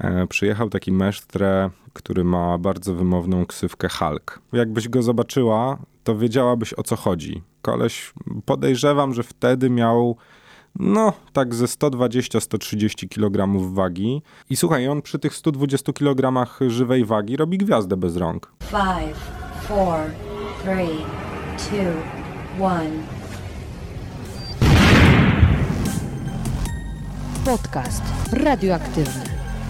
przyjechał taki mestre, który ma bardzo wymowną ksywkę Hulk. Jakbyś go zobaczyła, to wiedziałabyś, o co chodzi. Koleś, podejrzewam, że wtedy miał tak ze 120-130 kg wagi. I słuchaj, on przy tych 120 kg żywej wagi robi gwiazdę bez rąk. 5, 4, 3, 2, 1. Podcast radioaktywny.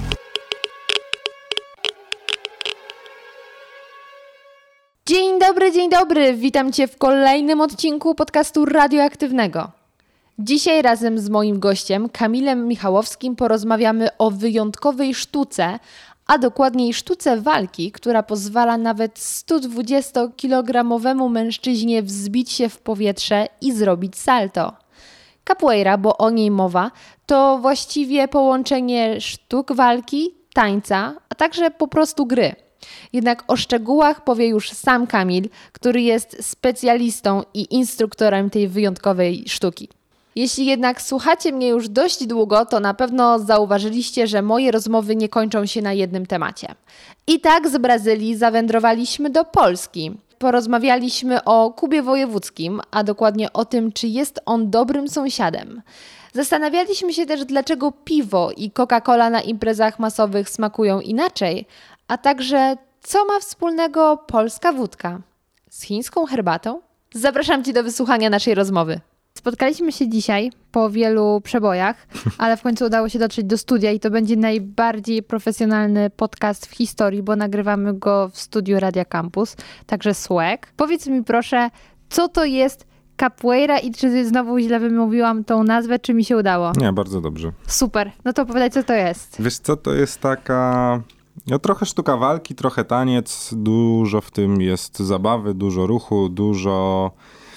Dzień dobry, witam Cię w kolejnym odcinku podcastu radioaktywnego. Dzisiaj razem z moim gościem, Kamilem Michałowskim, porozmawiamy o wyjątkowej sztuce, a dokładniej sztuce walki, która pozwala nawet 120-kilogramowemu mężczyźnie wzbić się w powietrze i zrobić salto. Capoeira, bo o niej mowa, to właściwie połączenie sztuk walki, tańca, a także po prostu gry. Jednak o szczegółach powie już sam Kamil, który jest specjalistą i instruktorem tej wyjątkowej sztuki. Jeśli jednak słuchacie mnie już dość długo, to na pewno zauważyliście, że moje rozmowy nie kończą się na jednym temacie. I tak z Brazylii zawędrowaliśmy do Polski. Porozmawialiśmy o Kubie Wojewódzkim, a dokładnie o tym, czy jest on dobrym sąsiadem. Zastanawialiśmy się też, dlaczego piwo i Coca-Cola na imprezach masowych smakują inaczej, a także co ma wspólnego polska wódka z chińską herbatą? Zapraszam Cię do wysłuchania naszej rozmowy. Spotkaliśmy się dzisiaj po wielu przebojach, ale w końcu udało się dotrzeć do studia i to będzie najbardziej profesjonalny podcast w historii, bo nagrywamy go w studiu Radia Campus, także SWEG. Powiedz mi proszę, co to jest capoeira i czy znowu źle wymówiłam tą nazwę, czy mi się udało? Nie, bardzo dobrze. Super, no to opowiadaj, co to jest. Wiesz co, to jest taka... trochę sztuka walki, trochę taniec, dużo w tym jest zabawy, dużo ruchu, dużo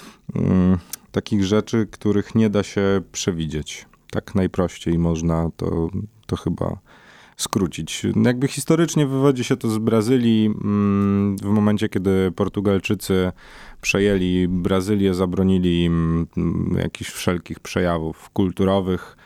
takich rzeczy, których nie da się przewidzieć. Tak najprościej można to chyba skrócić. Jakby historycznie wywodzi się to z Brazylii. W momencie, kiedy Portugalczycy przejęli Brazylię, zabronili im jakichś wszelkich przejawów kulturowych,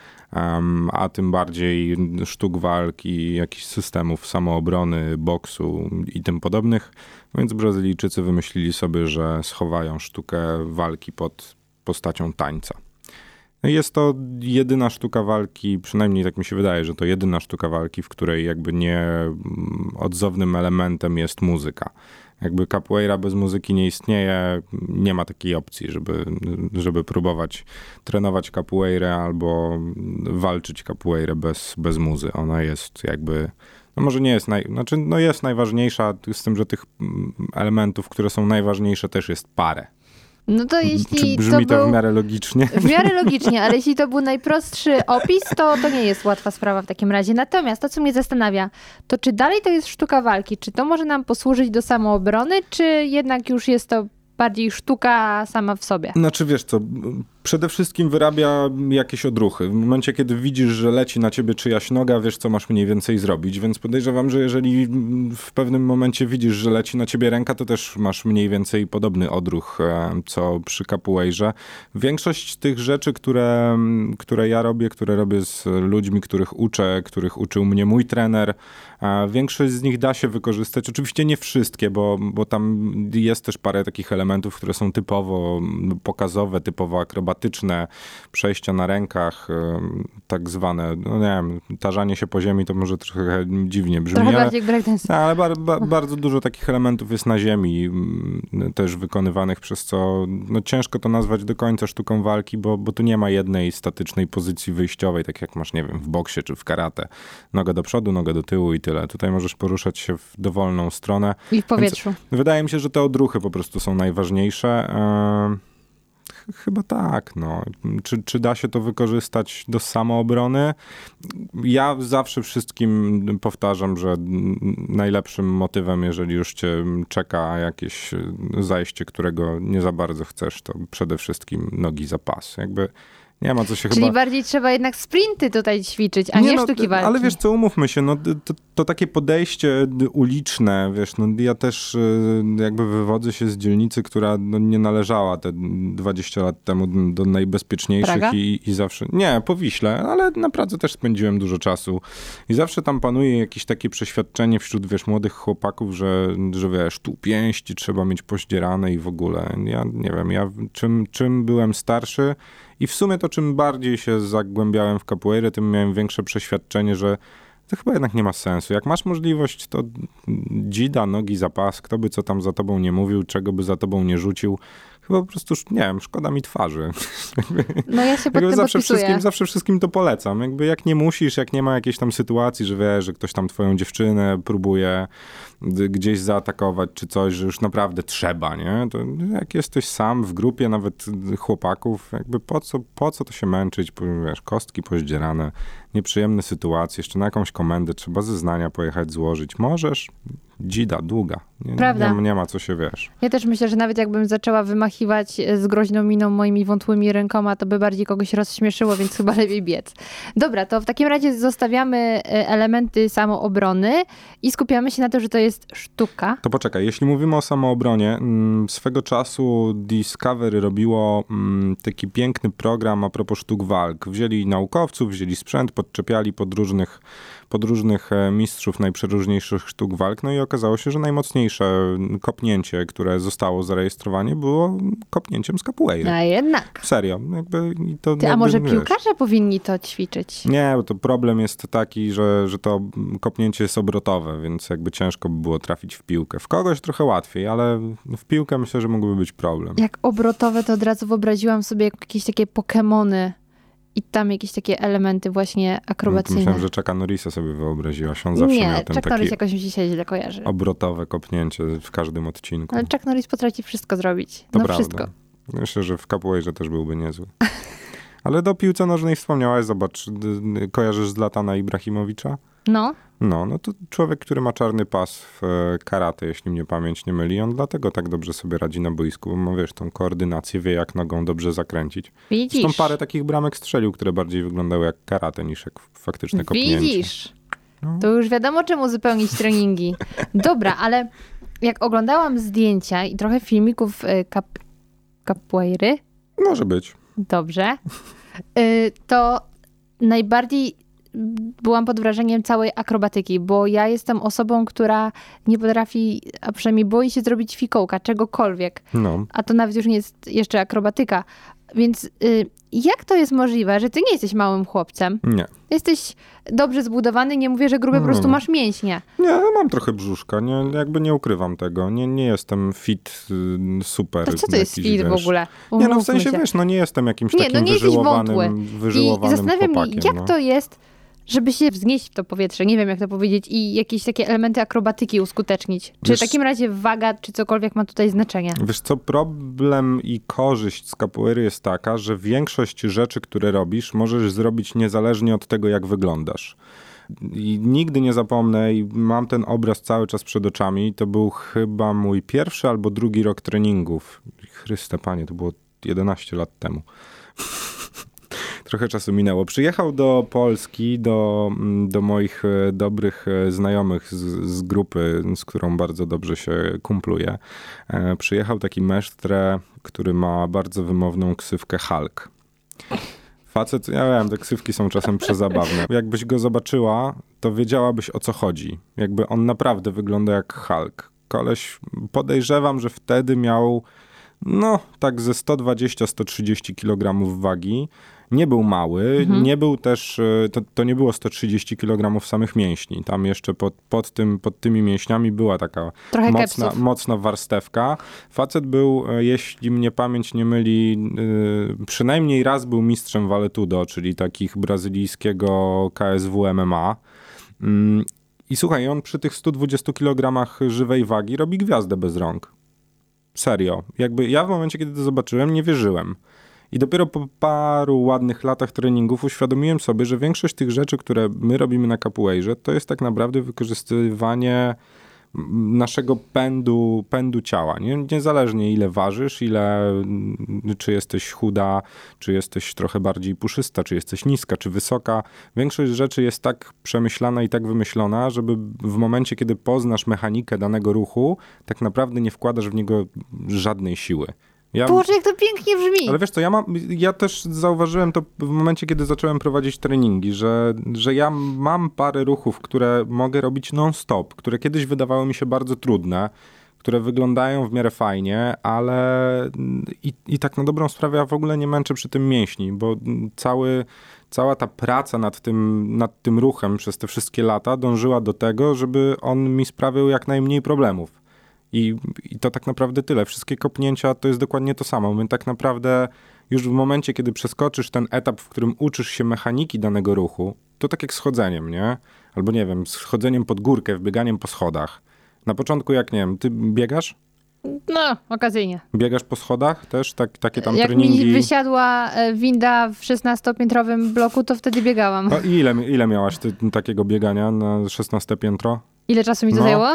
a tym bardziej sztuk walki, jakichś systemów samoobrony, boksu i tym podobnych. Więc Brazylijczycy wymyślili sobie, że schowają sztukę walki pod postacią tańca. Jest to jedyna sztuka walki, przynajmniej tak mi się wydaje, że to jedyna sztuka walki, w której jakby nie odzownym elementem jest muzyka. Jakby capoeira bez muzyki nie istnieje, nie ma takiej opcji, żeby próbować trenować capoeirę albo walczyć capoeirę bez muzy. Ona jest jakby, może nie jest, jest najważniejsza, z tym, że tych elementów, które są najważniejsze, też jest parę. No to jeśli czy brzmi to w miarę logicznie? W miarę logicznie, ale jeśli to był najprostszy opis, to nie jest łatwa sprawa w takim razie. Natomiast to, co mnie zastanawia, to czy dalej to jest sztuka walki? Czy to może nam posłużyć do samoobrony, czy jednak już jest to bardziej sztuka sama w sobie? Znaczy wiesz co, przede wszystkim wyrabia jakieś odruchy. W momencie, kiedy widzisz, że leci na ciebie czyjaś noga, wiesz, co masz mniej więcej zrobić, więc podejrzewam, że jeżeli w pewnym momencie widzisz, że leci na ciebie ręka, to też masz mniej więcej podobny odruch, co przy capoeirze. Większość tych rzeczy, które ja robię, które robię z ludźmi, których uczę, których uczył mnie mój trener, większość z nich da się wykorzystać. Oczywiście nie wszystkie, bo tam jest też parę takich elementów, które są typowo pokazowe, typowo akrobatyczne, przejścia na rękach, tak zwane, nie wiem, tarzanie się po ziemi to może trochę dziwnie brzmi. Trochę bardziej breakdance. Ale bardzo dużo takich elementów jest na ziemi, też wykonywanych, przez co ciężko to nazwać do końca sztuką walki, bo tu nie ma jednej statycznej pozycji wyjściowej, tak jak masz, nie wiem, w boksie czy w karate. Noga do przodu, noga do tyłu i tyle. Tutaj możesz poruszać się w dowolną stronę. I w powietrzu. Więc wydaje mi się, że te odruchy po prostu są najważniejsze. Chyba tak, no. Czy da się to wykorzystać do samoobrony? Ja zawsze wszystkim powtarzam, że najlepszym motywem, jeżeli już cię czeka jakieś zajście, którego nie za bardzo chcesz, to przede wszystkim nogi za pas. Jakby nie ma co się Czyli bardziej trzeba jednak sprinty tutaj ćwiczyć, a nie sztuki walki. Ale wiesz co, umówmy się, to takie podejście uliczne, wiesz, no ja też jakby wywodzę się z dzielnicy, która no, nie należała te 20 lat temu do najbezpieczniejszych Praga? i zawsze, nie, po Wiśle, ale na Pradze też spędziłem dużo czasu i zawsze tam panuje jakieś takie przeświadczenie wśród, wiesz, młodych chłopaków, że wiesz, tu pięści trzeba mieć poździerane i w ogóle. Ja nie wiem, czym byłem starszy i w sumie to czym bardziej się zagłębiałem w capoeirę, tym miałem większe przeświadczenie, że to chyba jednak nie ma sensu. Jak masz możliwość, to dzida, nogi za pas, kto by co tam za tobą nie mówił, czego by za tobą nie rzucił. Chyba po prostu, nie wiem, szkoda mi twarzy. No ja się pod tym podpisuję. Zawsze wszystkim to polecam. Jakby jak nie musisz, jak nie ma jakiejś tam sytuacji, że wiesz, że ktoś tam twoją dziewczynę próbuje gdzieś zaatakować czy coś, że już naprawdę trzeba, nie? To jak jesteś sam w grupie nawet chłopaków, jakby po co to się męczyć? Wiesz, kostki pozdzierane, nieprzyjemne sytuacje, jeszcze na jakąś komendę trzeba zeznania pojechać złożyć. Możesz, dzida, długa. Prawda. Nie ma co się, wiesz. Ja też myślę, że nawet jakbym zaczęła wymachiwać z groźną miną moimi wątłymi rękoma, to by bardziej kogoś rozśmieszyło, więc chyba lepiej biec. Dobra, to w takim razie zostawiamy elementy samoobrony i skupiamy się na tym, że to jest sztuka. To poczekaj, jeśli mówimy o samoobronie, swego czasu Discovery robiło taki piękny program a propos sztuk walk. Wzięli naukowców, wzięli sprzęt, podczepiali pod różnych mistrzów najprzeróżniejszych sztuk walk, no i okazało się, że najmocniejsze kopnięcie, które zostało zarejestrowane, było kopnięciem z capoeiry. A jednak. Serio. A może piłkarze powinni to ćwiczyć? Nie, bo to problem jest taki, że to kopnięcie jest obrotowe, więc jakby ciężko by było trafić w piłkę. W kogoś trochę łatwiej, ale w piłkę myślę, że mógłby być problem. Jak obrotowe, to od razu wyobraziłam sobie jakieś takie Pokemony i tam jakieś takie elementy właśnie akrobacyjne. Myślałem, że Chucka Norrisa sobie wyobraziłaś. On zawsze miał ten Chuck taki Norris jakoś mi się źle kojarzy. obrotowe kopnięcie w każdym odcinku. Ale Chuck Norris potrafi wszystko zrobić. To no prawda. wszystko. Myślę, że w capoeirze też byłby niezły. Ale do piłce nożnej wspomniałaś, zobacz, kojarzysz Zlatana Ibrahimowicza? No to człowiek, który ma czarny pas w karate, jeśli mnie pamięć nie myli. On dlatego tak dobrze sobie radzi na boisku, bo ma, wiesz, tą koordynację, wie jak nogą dobrze zakręcić. Widzisz. Zresztą parę takich bramek strzelił, które bardziej wyglądały jak karate niż jak faktyczne kopnięcie. Widzisz. To już wiadomo, czemu uzupełnić treningi. Dobra, ale jak oglądałam zdjęcia i trochę filmików capoeiry. Może być. Dobrze. To najbardziej byłam pod wrażeniem całej akrobatyki, bo ja jestem osobą, która nie potrafi, a przynajmniej boi się zrobić fikołka, czegokolwiek. No. A to nawet już nie jest jeszcze akrobatyka. Więc jak to jest możliwe, że ty nie jesteś małym chłopcem? Nie. Jesteś dobrze zbudowany, nie mówię, że gruby, po prostu masz mięśnie. Nie, mam trochę brzuszka, jakby nie ukrywam tego. Nie jestem fit super. To co to jest fit w ogóle? Nie, no w sensie, wiesz, no nie jestem jakimś takim wyżyłowanym I zastanawiam chłopakiem. się, jak to jest, żeby się wznieść w to powietrze, nie wiem jak to powiedzieć, i jakieś takie elementy akrobatyki uskutecznić. Czy w takim razie waga, czy cokolwiek ma tutaj znaczenie? Wiesz co, problem i korzyść z capoeiry jest taka, że większość rzeczy, które robisz, możesz zrobić niezależnie od tego, jak wyglądasz. I nigdy nie zapomnę i mam ten obraz cały czas przed oczami. To był chyba mój pierwszy albo drugi rok treningów. Chryste Panie, to było 11 lat temu. Trochę czasu minęło. Przyjechał do Polski, do moich dobrych znajomych z grupy, z którą bardzo dobrze się kumpluję. Przyjechał taki mesztre, który ma bardzo wymowną ksywkę Hulk. Facet, ja wiem, te ksywki są czasem przezabawne. Jakbyś go zobaczyła, to wiedziałabyś, o co chodzi. Jakby on naprawdę wygląda jak Hulk. Koleś, podejrzewam, że wtedy miał tak ze 120-130 kg wagi. Nie był mały, nie był też, to nie było 130 kg samych mięśni. Tam jeszcze pod tymi mięśniami była taka mocna warstewka. Facet był, jeśli mnie pamięć nie myli, przynajmniej raz był mistrzem Valetudo, czyli takich brazylijskiego KSW MMA. I słuchaj, on przy tych 120 kg żywej wagi robi gwiazdę bez rąk. Serio. Jakby ja w momencie, kiedy to zobaczyłem, nie wierzyłem. I dopiero po paru ładnych latach treningów uświadomiłem sobie, że większość tych rzeczy, które my robimy na capoeirze, to jest tak naprawdę wykorzystywanie naszego pędu ciała. Niezależnie ile ważysz, czy jesteś chuda, czy jesteś trochę bardziej puszysta, czy jesteś niska, czy wysoka. Większość rzeczy jest tak przemyślana i tak wymyślona, żeby w momencie, kiedy poznasz mechanikę danego ruchu, tak naprawdę nie wkładasz w niego żadnej siły. Boże, jak to pięknie brzmi! Ale wiesz co, ja też zauważyłem to w momencie, kiedy zacząłem prowadzić treningi, że ja mam parę ruchów, które mogę robić non-stop, które kiedyś wydawały mi się bardzo trudne, które wyglądają w miarę fajnie, ale i tak na dobrą sprawę ja w ogóle nie męczę przy tym mięśni, bo cała ta praca nad tym ruchem przez te wszystkie lata dążyła do tego, żeby on mi sprawiał jak najmniej problemów. I to tak naprawdę tyle. Wszystkie kopnięcia to jest dokładnie to samo. My tak naprawdę już w momencie, kiedy przeskoczysz ten etap, w którym uczysz się mechaniki danego ruchu, to tak jak z chodzeniem, nie? Albo nie wiem, z chodzeniem pod górkę, wbieganiem po schodach. Na początku jak, nie wiem, ty biegasz? No, okazyjnie. Biegasz po schodach też? Takie tam jak treningi? Jak mi wysiadła winda w 16-piętrowym bloku, to wtedy biegałam. No ile miałaś takiego biegania na 16 piętro? Ile czasu mi to zajęło?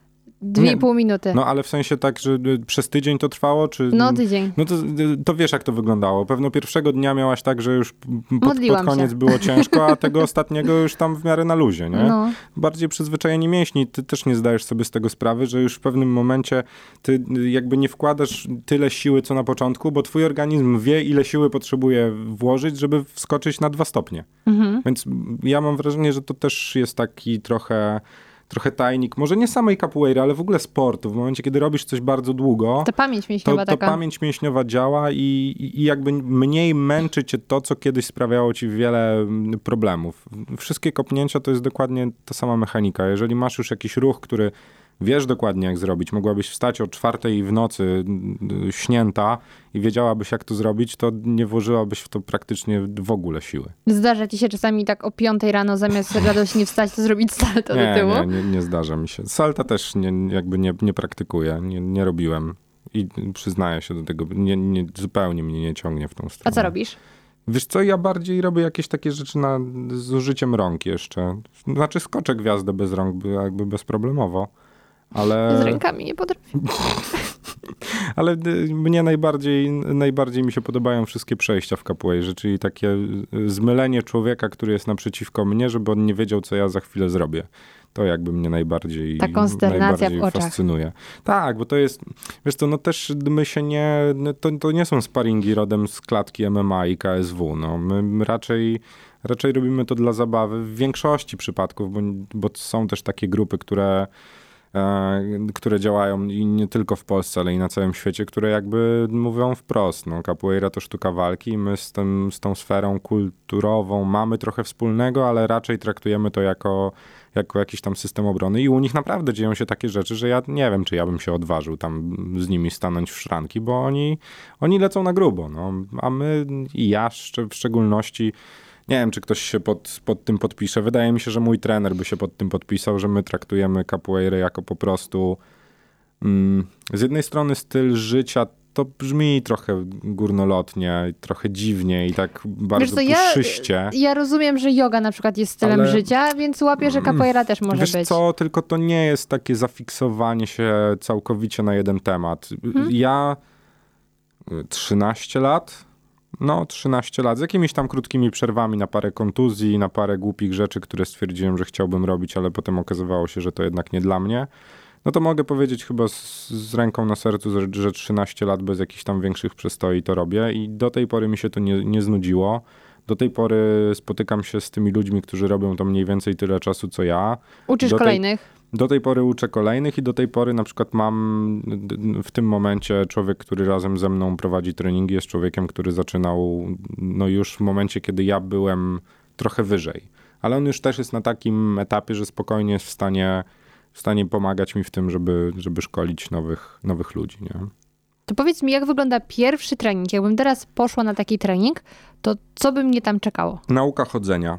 2,5 minuty. No ale w sensie tak, że przez tydzień to trwało? Czy... No tydzień. No to wiesz, jak to wyglądało. Pewno pierwszego dnia miałaś tak, że już pod koniec było ciężko, a tego ostatniego już tam w miarę na luzie, nie? No. Bardziej przyzwyczajenie mięśni. Ty też nie zdajesz sobie z tego sprawy, że już w pewnym momencie ty jakby nie wkładasz tyle siły, co na początku, bo twój organizm wie, ile siły potrzebuje włożyć, żeby wskoczyć na 2 stopnie. Mhm. Więc ja mam wrażenie, że to też jest taki trochę tajnik, może nie samej capoeiry, ale w ogóle sportu. W momencie, kiedy robisz coś bardzo długo, to pamięć mięśniowa to pamięć mięśniowa działa i jakby mniej męczy cię to, co kiedyś sprawiało ci wiele problemów. Wszystkie kopnięcia to jest dokładnie ta sama mechanika. Jeżeli masz już jakiś ruch, który wiesz dokładnie, jak zrobić, mogłabyś wstać o 4:00 w nocy śnięta i wiedziałabyś, jak to zrobić, to nie włożyłabyś w to praktycznie w ogóle siły. Zdarza ci się czasami tak o 5:00 rano zamiast radośnie wstać, to zrobić salto do tyłu? Nie zdarza mi się. Salta też nie praktykuję, nie robiłem i przyznaję się do tego. Zupełnie mnie nie ciągnie w tą stronę. A co robisz? Wiesz co, ja bardziej robię jakieś takie rzeczy z użyciem rąk jeszcze. Znaczy skoczę gwiazdę bez rąk, jakby bezproblemowo. Ale... Z rękami nie potrafię. Ale mnie najbardziej mi się podobają wszystkie przejścia w capoeirze, czyli takie zmylenie człowieka, który jest naprzeciwko mnie, żeby on nie wiedział, co ja za chwilę zrobię. To jakby mnie najbardziej w oczach. fascynuje. Tak, bo to jest, wiesz co, no też my się to nie są sparingi rodem z klatki MMA i KSW. No. My raczej robimy to dla zabawy w większości przypadków, bo są też takie grupy, które działają i nie tylko w Polsce, ale i na całym świecie, które jakby mówią wprost, no capoeira to sztuka walki i my z tą sferą kulturową mamy trochę wspólnego, ale raczej traktujemy to jako jakiś tam system obrony i u nich naprawdę dzieją się takie rzeczy, że ja nie wiem, czy ja bym się odważył tam z nimi stanąć w szranki, bo oni lecą na grubo, no. A my i ja w szczególności nie wiem, czy ktoś się pod tym podpisze. Wydaje mi się, że mój trener by się pod tym podpisał, że my traktujemy capoeirę jako po prostu z jednej strony styl życia, to brzmi trochę górnolotnie, trochę dziwnie i tak bardzo puszyście. Ja rozumiem, że yoga na przykład jest stylem życia, więc łapię, że capoeira też może być. Wiesz co, tylko to nie jest takie zafiksowanie się całkowicie na jeden temat. Ja 13 lat... No, 13 lat, z jakimiś tam krótkimi przerwami na parę kontuzji, na parę głupich rzeczy, które stwierdziłem, że chciałbym robić, ale potem okazywało się, że to jednak nie dla mnie. No to mogę powiedzieć chyba z ręką na sercu, że 13 lat bez jakichś tam większych przestoi to robię i do tej pory mi się to nie znudziło. Do tej pory spotykam się z tymi ludźmi, którzy robią to mniej więcej tyle czasu, co ja. Uczysz kolejnych? Do tej pory uczę kolejnych i do tej pory na przykład mam w tym momencie człowiek, który razem ze mną prowadzi treningi, jest człowiekiem, który zaczynał no już w momencie, kiedy ja byłem trochę wyżej. Ale on już też jest na takim etapie, że spokojnie jest w stanie pomagać mi w tym, żeby szkolić nowych ludzi. Nie? To powiedz mi, jak wygląda pierwszy trening? Jakbym teraz poszła na taki trening, to co by mnie tam czekało? Nauka chodzenia.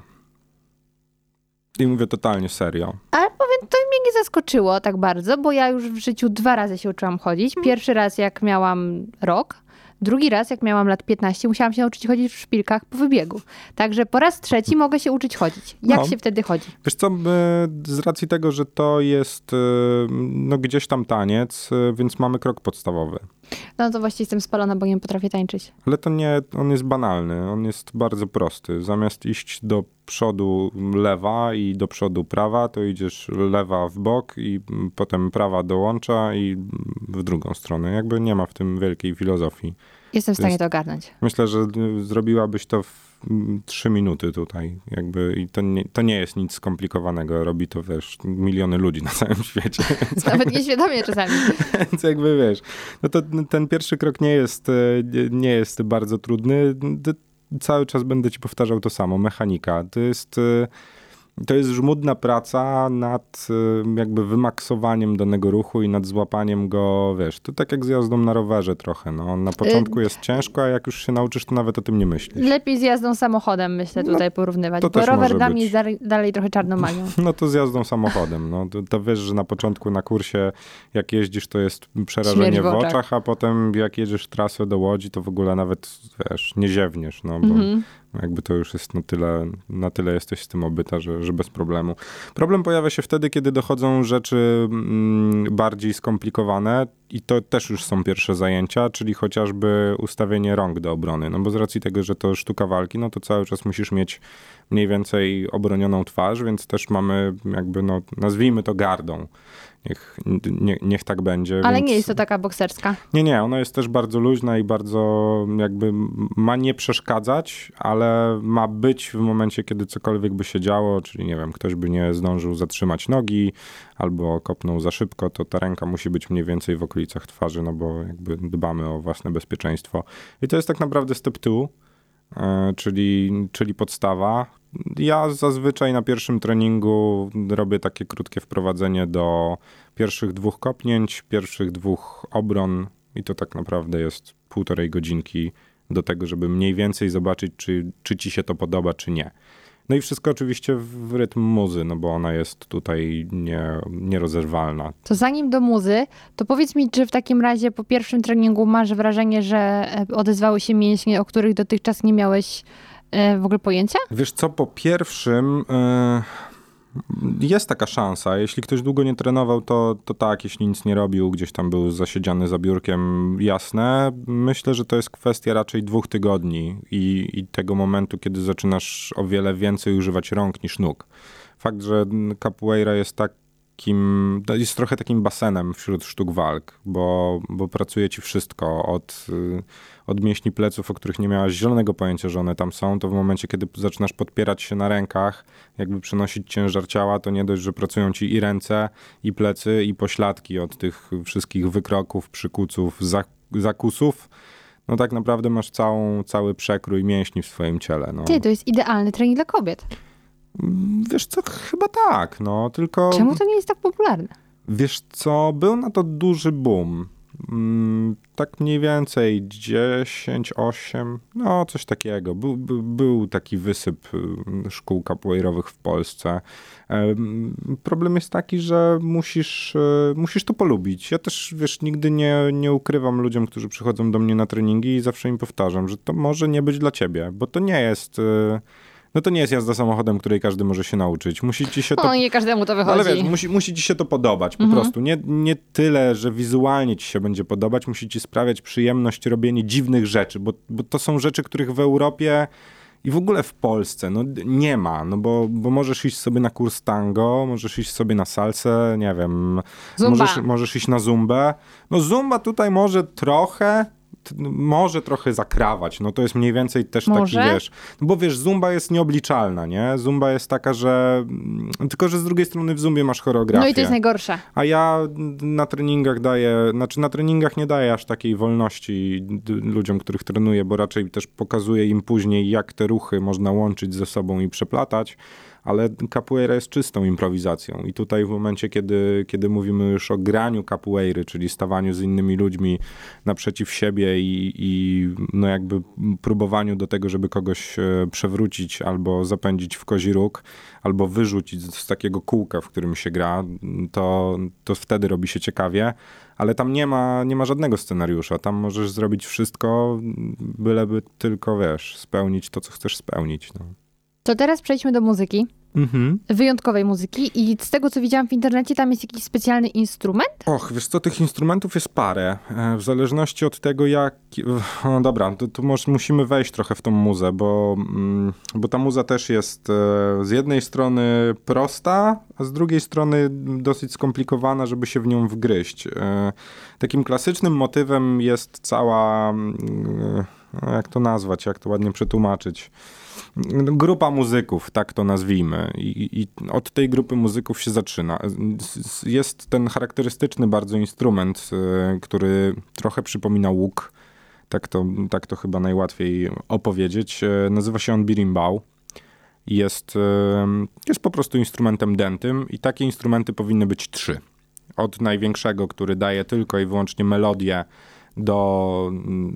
I mówię totalnie serio. Ale powiem, to mnie nie zaskoczyło tak bardzo, bo ja już w życiu 2 razy się uczyłam chodzić. Pierwszy raz jak miałam rok, Drugi raz, jak miałam lat 15, musiałam się nauczyć chodzić w szpilkach po wybiegu. Także po raz trzeci mogę się uczyć chodzić. Jak się wtedy chodzi? Wiesz co, z racji tego, że to jest no, gdzieś tam taniec, więc mamy krok podstawowy. No to właściwie jestem spalona, bo nie potrafię tańczyć. Ale to nie, on jest banalny, on jest bardzo prosty. Zamiast iść do przodu lewa i do przodu prawa, to idziesz lewa w bok i potem prawa dołącza i w drugą stronę. Jakby nie ma w tym wielkiej filozofii. Jestem w stanie to ogarnąć. Myślę, że zrobiłabyś to w 3 minuty tutaj. Jakby, i to nie jest nic skomplikowanego. Robi to, wiesz, miliony ludzi na całym świecie. Nawet nieświadomie czasami. Więc jakby, wiesz, no to ten pierwszy krok nie jest bardzo trudny. Cały czas będę ci powtarzał to samo. Mechanika. To jest żmudna praca nad jakby wymaksowaniem danego ruchu i nad złapaniem go, wiesz, to tak jak z jazdą na rowerze trochę, no. Na początku jest ciężko, a jak już się nauczysz, to nawet o tym nie myślisz. Lepiej z jazdą samochodem, myślę, tutaj porównywać, bo rower dla mnie jest dalej trochę czarną magią. No to z jazdą samochodem, no. To wiesz, że na początku na kursie, jak jeździsz, to jest przerażenie w oczach, a potem jak jedziesz trasę do Łodzi, to w ogóle nawet, wiesz, nie ziewniesz, no, bo jakby to już jest na tyle jesteś z tym obyta, że bez problemu. Problem pojawia się wtedy, kiedy dochodzą rzeczy bardziej skomplikowane i to też już są pierwsze zajęcia, czyli chociażby ustawienie rąk do obrony. No bo z racji tego, że to sztuka walki, no to cały czas musisz mieć mniej więcej obronioną twarz, więc też mamy jakby, no nazwijmy to gardą. Niech tak będzie. Ale więc... nie jest to taka bokserska. Nie, ona jest też bardzo luźna i bardzo jakby ma nie przeszkadzać, ale ma być w momencie, kiedy cokolwiek by się działo, czyli nie wiem, ktoś by nie zdążył zatrzymać nogi albo kopnął za szybko, to ta ręka musi być mniej więcej w okolicach twarzy, no bo jakby dbamy o własne bezpieczeństwo. I to jest tak naprawdę step 2, czyli podstawa. Ja zazwyczaj na pierwszym treningu robię takie krótkie wprowadzenie do pierwszych 2 kopnięć, pierwszych 2 obron i to tak naprawdę jest 1,5 godzinki do tego, żeby mniej więcej zobaczyć, czy ci się to podoba, czy nie. No i wszystko oczywiście w rytm muzy, no bo ona jest tutaj nierozerwalna. To zanim do muzy, to powiedz mi, czy w takim razie po pierwszym treningu masz wrażenie, że odezwały się mięśnie, o których dotychczas nie miałeś w ogóle pojęcia? Wiesz co, po pierwszym jest taka szansa. Jeśli ktoś długo nie trenował, to tak, jeśli nic nie robił, gdzieś tam był zasiedziany za biurkiem, jasne. Myślę, że to jest kwestia raczej 2 tygodni i tego momentu, kiedy zaczynasz o wiele więcej używać rąk niż nóg. Fakt, że capoeira jest jest trochę takim basenem wśród sztuk walk, bo pracuje ci wszystko od mięśni pleców, o których nie miałaś zielonego pojęcia, że one tam są, to w momencie, kiedy zaczynasz podpierać się na rękach, jakby przenosić ciężar ciała, to nie dość, że pracują ci i ręce, i plecy, i pośladki od tych wszystkich wykroków, przykuców, zakusów. No tak naprawdę masz cały przekrój mięśni w swoim ciele. No. To jest idealny trening dla kobiet. Wiesz co, chyba tak, no, tylko... Czemu to nie jest tak popularne? Wiesz co, był na to duży boom. Tak mniej więcej 10, 8, no coś takiego. Był taki wysyp szkół capoeirowych w Polsce. Problem jest taki, że musisz to polubić. Ja też, wiesz, nigdy nie ukrywam ludziom, którzy przychodzą do mnie na treningi i zawsze im powtarzam, że to może nie być dla ciebie, bo to nie jest... No to nie jest jazda samochodem, której każdy może się nauczyć. Musi ci się to... nie każdemu to wychodzi. Ale wiesz, musi ci się to podobać po prostu. Nie tyle, że wizualnie ci się będzie podobać, musi ci sprawiać przyjemność robienie dziwnych rzeczy, bo to są rzeczy, których w Europie i w ogóle w Polsce nie ma, no bo możesz iść sobie na kurs tango, możesz iść sobie na salsę, nie wiem, możesz iść na zumbę. No zumba tutaj może trochę zakrawać, no to jest mniej więcej też taki, wiesz, no bo wiesz, zumba jest nieobliczalna, nie? Zumba jest taka, tylko że z drugiej strony w zumbie masz choreografię. No i to jest najgorsze. A ja na treningach na treningach nie daję aż takiej wolności ludziom, których trenuję, bo raczej też pokazuję im później, jak te ruchy można łączyć ze sobą i przeplatać. ale capoeira jest czystą improwizacją i tutaj w momencie, kiedy mówimy już o graniu capoeiry, czyli stawaniu z innymi ludźmi naprzeciw siebie i no jakby próbowaniu do tego, żeby kogoś przewrócić albo zapędzić w kozi róg, albo wyrzucić z takiego kółka, w którym się gra, to wtedy robi się ciekawie, ale tam nie ma żadnego scenariusza, tam możesz zrobić wszystko, byleby tylko, wiesz, spełnić to, co chcesz spełnić. No. To teraz przejdźmy do muzyki. Wyjątkowej muzyki i z tego, co widziałam w internecie, tam jest jakiś specjalny instrument? Och, wiesz co, tych instrumentów jest parę. W zależności od tego, jak... No dobra, to musimy wejść trochę w tą muzę, bo ta muza też jest z jednej strony prosta, a z drugiej strony dosyć skomplikowana, żeby się w nią wgryźć. Takim klasycznym motywem jest cała... Jak to nazwać, jak to ładnie przetłumaczyć? Grupa muzyków, tak to nazwijmy. I od tej grupy muzyków się zaczyna. Jest ten charakterystyczny bardzo instrument, który trochę przypomina łuk. Tak to chyba najłatwiej opowiedzieć. Nazywa się on berimbau. Jest po prostu instrumentem dętym i takie instrumenty powinny być 3. Od największego, który daje tylko i wyłącznie melodię, do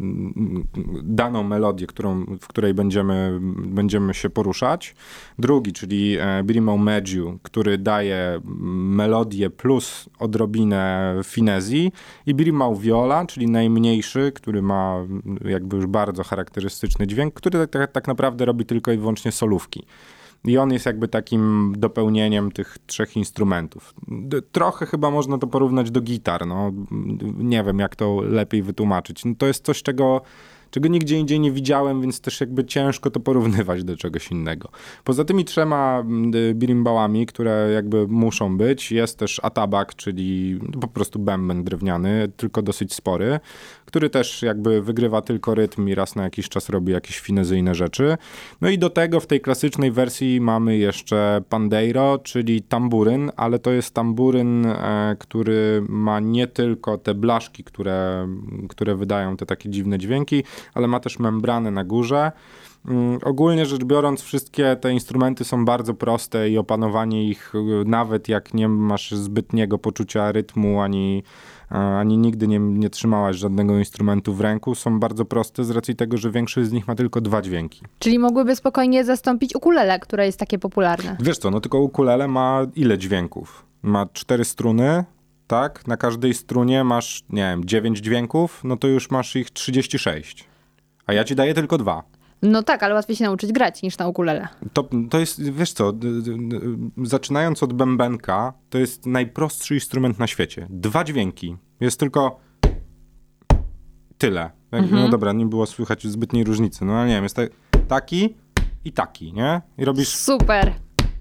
daną melodię, w której będziemy się poruszać. Drugi, czyli berimbau médio, który daje melodię plus odrobinę finezji. I berimbau viola, czyli najmniejszy, który ma jakby już bardzo charakterystyczny dźwięk, który tak naprawdę robi tylko i wyłącznie solówki. I on jest jakby takim dopełnieniem tych 3 instrumentów. Trochę chyba można to porównać do gitar, no. Nie wiem, jak to lepiej wytłumaczyć. No to jest coś, czego nigdzie indziej nie widziałem, więc też jakby ciężko to porównywać do czegoś innego. Poza tymi 3 berimbałami, które jakby muszą być, jest też atabak, czyli po prostu bęben drewniany, tylko dosyć spory, który też jakby wygrywa tylko rytm i raz na jakiś czas robi jakieś finezyjne rzeczy. No i do tego w tej klasycznej wersji mamy jeszcze pandeiro, czyli tamburyn, ale to jest tamburyn, który ma nie tylko te blaszki, które wydają te takie dziwne dźwięki, ale ma też membranę na górze. Ogólnie rzecz biorąc, wszystkie te instrumenty są bardzo proste i opanowanie ich, nawet jak nie masz zbytniego poczucia rytmu, ani nigdy nie trzymałaś żadnego instrumentu w ręku, są bardzo proste z racji tego, że większość z nich ma tylko 2 dźwięki. Czyli mogłyby spokojnie zastąpić ukulele, które jest takie popularne. Wiesz co, no tylko ukulele ma ile dźwięków? Ma 4 struny, tak? Na każdej strunie masz, nie wiem, 9 dźwięków, no to już masz ich 36. A ja ci daję tylko 2. No tak, ale łatwiej się nauczyć grać niż na ukulele. To jest, wiesz co, zaczynając od bębenka, to jest najprostszy instrument na świecie. 2 dźwięki. Jest tylko tyle. No dobra, nie było słychać zbytniej różnicy. No ale nie wiem, jest taki i taki, nie? I robisz... Super.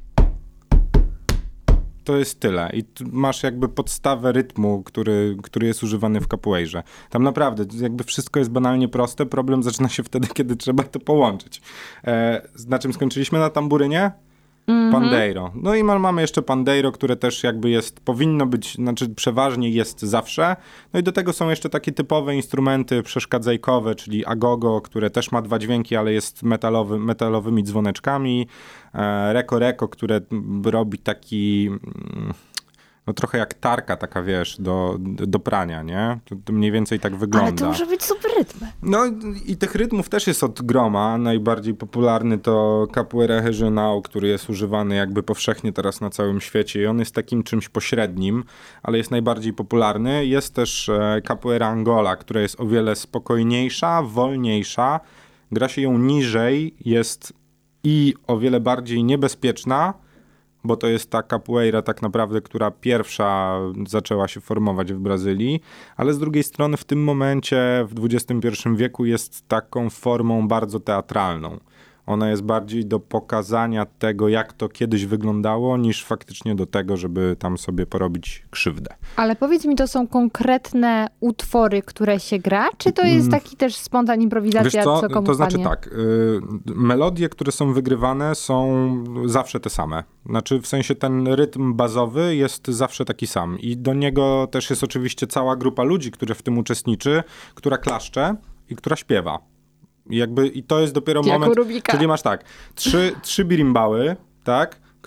To jest tyle. I masz jakby podstawę rytmu, który jest używany w capoeirze. Tam naprawdę jakby wszystko jest banalnie proste. Problem zaczyna się wtedy, kiedy trzeba to połączyć. Na czym skończyliśmy? Na tamburynie? Pandeiro. No i mamy jeszcze pandeiro, które też jakby powinno być, znaczy przeważnie jest zawsze. No i do tego są jeszcze takie typowe instrumenty przeszkadzajkowe, czyli agogo, które też ma 2 dźwięki, ale jest metalowymi dzwoneczkami. Reko, które robi taki... No trochę jak tarka taka, wiesz, do prania, nie? To mniej więcej tak wygląda. Ale to może być super rytm. No i tych rytmów też jest od groma. Najbardziej popularny to capoeira regional, który jest używany jakby powszechnie teraz na całym świecie i on jest takim czymś pośrednim, ale jest najbardziej popularny. Jest też capoeira Angola, która jest o wiele spokojniejsza, wolniejsza. Gra się ją niżej, jest i o wiele bardziej niebezpieczna, bo to jest ta capoeira tak naprawdę, która pierwsza zaczęła się formować w Brazylii, ale z drugiej strony w tym momencie w XXI wieku jest taką formą bardzo teatralną. Ona jest bardziej do pokazania tego, jak to kiedyś wyglądało, niż faktycznie do tego, żeby tam sobie porobić krzywdę. Ale powiedz mi, to są konkretne utwory, które się gra, czy to jest taki też spontan improwizacja, co komu to znaczy padnie? tak, melodie, które są wygrywane są zawsze te same. Znaczy w sensie ten rytm bazowy jest zawsze taki sam i do niego też jest oczywiście cała grupa ludzi, która w tym uczestniczy, która klaszcze i która śpiewa. I to jest dopiero moment, czyli masz tak, trzy birimbały, tak,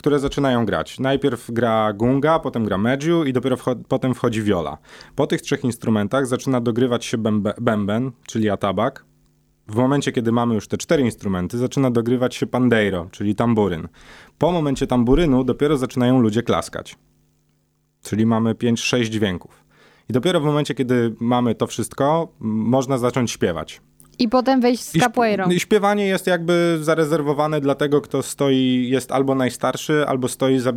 które zaczynają grać. Najpierw gra gunga, potem gra medju i dopiero potem wchodzi viola. Po tych 3 instrumentach zaczyna dogrywać się bęben, czyli atabak. W momencie, kiedy mamy już te 4 instrumenty, zaczyna dogrywać się pandeiro, czyli tamburyn. Po momencie tamburynu dopiero zaczynają ludzie klaskać. Czyli mamy 5-6 dźwięków. I dopiero w momencie, kiedy mamy to wszystko, można zacząć śpiewać. I potem wejść z capoeirą. I śpiewanie jest jakby zarezerwowane dla tego, kto stoi, jest albo najstarszy, albo stoi za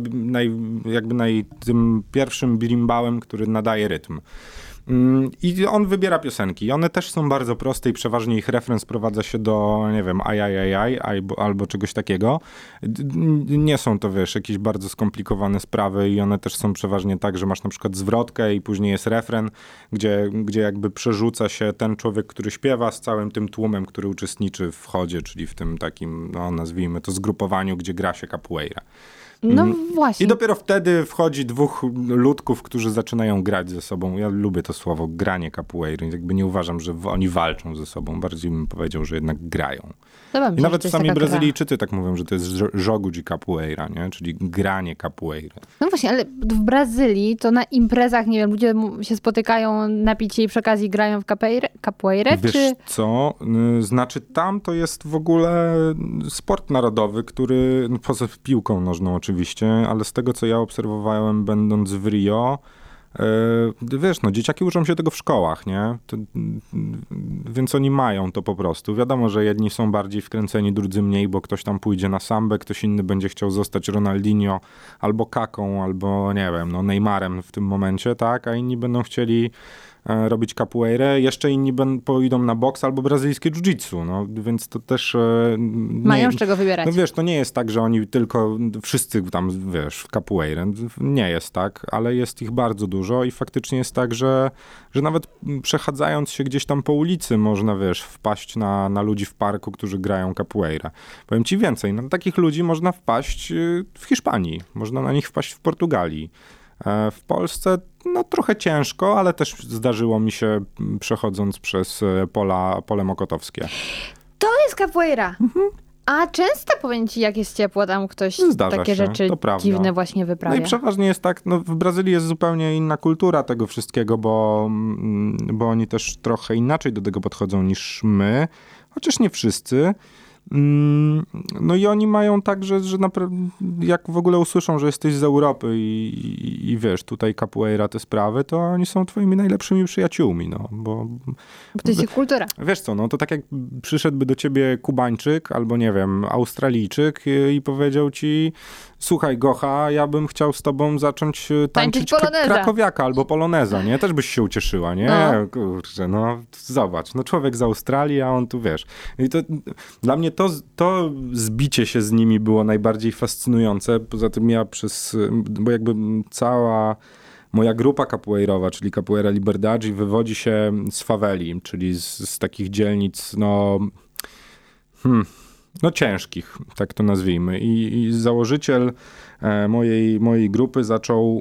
tym pierwszym birimbałem, który nadaje rytm. I on wybiera piosenki. One też są bardzo proste i przeważnie ich refren sprowadza się do, nie wiem, ajajajaj albo czegoś takiego. Nie są to, wiesz, jakieś bardzo skomplikowane sprawy i one też są przeważnie tak, że masz na przykład zwrotkę i później jest refren, gdzie jakby przerzuca się ten człowiek, który śpiewa z całym tym tłumem, który uczestniczy w chodzie, czyli w tym takim, no nazwijmy to, zgrupowaniu, gdzie gra się capoeira. No właśnie. I dopiero wtedy wchodzi 2 ludków, którzy zaczynają grać ze sobą. Ja lubię to słowo, granie capoeiry. Jakby nie uważam, że oni walczą ze sobą. Bardziej bym powiedział, że jednak grają. Dobrze, i nawet sami Brazylijczycy tak mówią, że to jest jogo de capoeira, nie? Czyli granie capoeiry. No właśnie, ale w Brazylii to na imprezach, nie wiem, ludzie się spotykają, napić się i przy okazji grają w capoeirę, Wiesz czy... co? Znaczy tam to jest w ogóle sport narodowy, który, no poza piłką nożną oczywiście, ale z tego, co ja obserwowałem będąc w Rio, wiesz, no dzieciaki uczą się tego w szkołach, nie? Więc oni mają to po prostu. Wiadomo, że jedni są bardziej wkręceni, drudzy mniej, bo ktoś tam pójdzie na sambę, ktoś inny będzie chciał zostać Ronaldinho, albo Kaką, albo nie wiem, no Neymarem w tym momencie, tak? A inni będą chcieli robić capoeirę, jeszcze inni pójdą na boks albo brazylijskie jiu-jitsu, no więc to też... Mają z czego wybierać. No wiesz, to nie jest tak, że oni tylko, wszyscy tam, wiesz, w capoeirę. Nie jest tak, ale jest ich bardzo dużo i faktycznie jest tak, że nawet przechadzając się gdzieś tam po ulicy można, wiesz, wpaść na ludzi w parku, którzy grają capoeirę. Powiem ci więcej, na takich ludzi można wpaść w Hiszpanii, można na nich wpaść w Portugalii. W Polsce no trochę ciężko, ale też zdarzyło mi się przechodząc przez pole mokotowskie. To jest capoeira. A często, powiem ci, jak jest ciepło, tam ktoś Zdarza takie się, rzeczy dziwne właśnie wyprawia. No i przeważnie jest tak, no w Brazylii jest zupełnie inna kultura tego wszystkiego, bo oni też trochę inaczej do tego podchodzą niż my, chociaż nie wszyscy. No i oni mają tak, że jak w ogóle usłyszą, że jesteś z Europy i wiesz, tutaj capoeira, te sprawy, to oni są twoimi najlepszymi przyjaciółmi, no, bo to jest ich kultura. Wiesz co, no to tak jak przyszedłby do ciebie Kubańczyk albo nie wiem, Australijczyk i powiedział ci: słuchaj Gocha, ja bym chciał z tobą zacząć tańczyć krakowiaka albo poloneza, nie? Też byś się ucieszyła, nie? No. Kurczę, no zobacz, no człowiek z Australii, a on tu, wiesz. I to dla mnie to zbicie się z nimi było najbardziej fascynujące. Poza tym bo jakby cała moja grupa capoeirowa, czyli Capoeira Liberdade, wywodzi się z faweli, czyli z takich dzielnic, no ciężkich, tak to nazwijmy. I założyciel mojej grupy zaczął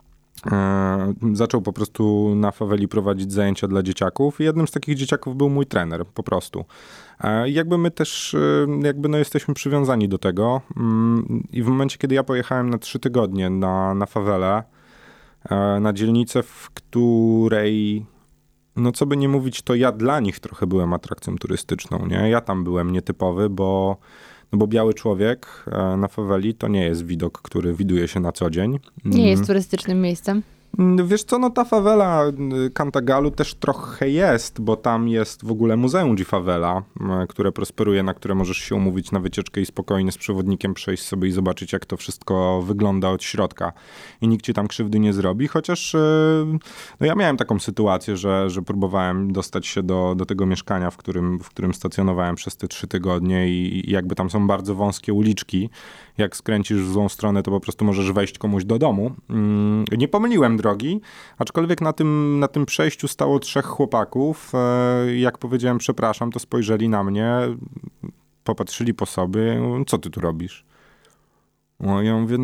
po prostu na faweli prowadzić zajęcia dla dzieciaków i jednym z takich dzieciaków był mój trener, po prostu. I jakby my też jesteśmy przywiązani do tego i w momencie, kiedy ja pojechałem na 3 tygodnie na fawelę, na dzielnicę, w której, no co by nie mówić, to ja dla nich trochę byłem atrakcją turystyczną, nie? Ja tam byłem nietypowy, bo biały człowiek na faweli to nie jest widok, który widuje się na co dzień. Nie jest turystycznym miejscem. Wiesz co, no ta fawela Cantagalu też trochę jest, bo tam jest w ogóle Muzeum de Favela, które prosperuje, na które możesz się umówić na wycieczkę i spokojnie z przewodnikiem przejść sobie i zobaczyć, jak to wszystko wygląda od środka. I nikt ci tam krzywdy nie zrobi, chociaż no ja miałem taką sytuację, że próbowałem dostać się do tego mieszkania, w którym stacjonowałem przez te 3 tygodnie i jakby tam są bardzo wąskie uliczki. Jak skręcisz w złą stronę, to po prostu możesz wejść komuś do domu. Nie pomyliłem drogi, aczkolwiek na tym przejściu stało 3 chłopaków. Jak powiedziałem przepraszam, to spojrzeli na mnie, popatrzyli po sobie. Co ty tu robisz? O, ja mówię,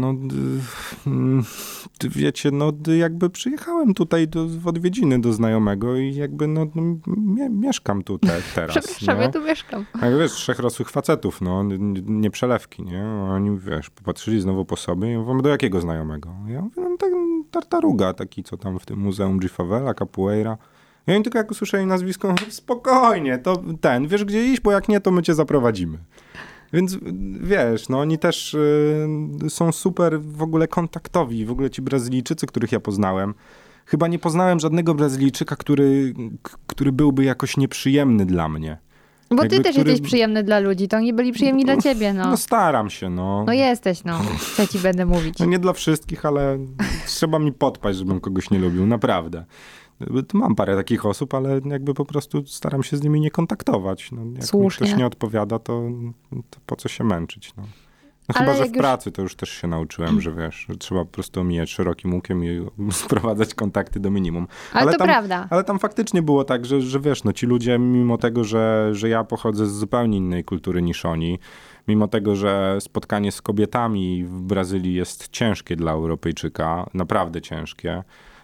wiecie, jakby przyjechałem tutaj w odwiedziny do znajomego i jakby mieszkam tutaj teraz. Przepraszam, ja tu mieszkam. A wiesz, 3 rosłych facetów, nie przelewki, nie? Oni, wiesz, popatrzyli znowu po sobie i mówią, do jakiego znajomego? Ja mówię, Tartaruga, taki, co tam w tym Muzeum G. Favela, Capoeira. I oni tylko jak usłyszeli nazwisko, spokojnie, to wiesz gdzie iść, bo jak nie, to my cię zaprowadzimy. Więc wiesz, oni też są super w ogóle kontaktowi. W ogóle ci Brazylijczycy, których ja poznałem, chyba nie poznałem żadnego Brazylijczyka, który byłby jakoś nieprzyjemny dla mnie. Bo ty też jesteś przyjemny dla ludzi, to oni byli przyjemni dla ciebie, No staram się, No jesteś, co ci będę mówić. Nie dla wszystkich, ale trzeba mi podpaść, żebym kogoś nie lubił, naprawdę. Mam parę takich osób, ale jakby po prostu staram się z nimi nie kontaktować. Jak Słusznie. mi ktoś nie odpowiada, to po co się męczyć, chyba, że w pracy to już też się nauczyłem, że wiesz, że trzeba po prostu omijać szerokim łukiem i sprowadzać kontakty do minimum. Ale to prawda. Ale tam faktycznie było tak, że wiesz, ci ludzie, mimo tego, że ja pochodzę z zupełnie innej kultury niż oni, mimo tego, że spotkanie z kobietami w Brazylii jest ciężkie dla Europejczyka, naprawdę ciężkie,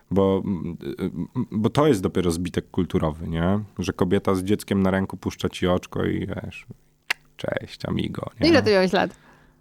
bo to jest dopiero zbitek kulturowy, nie? Że kobieta z dzieckiem na ręku puszcza ci oczko i wiesz, cześć amigo. Nie? Ile ty miałeś lat?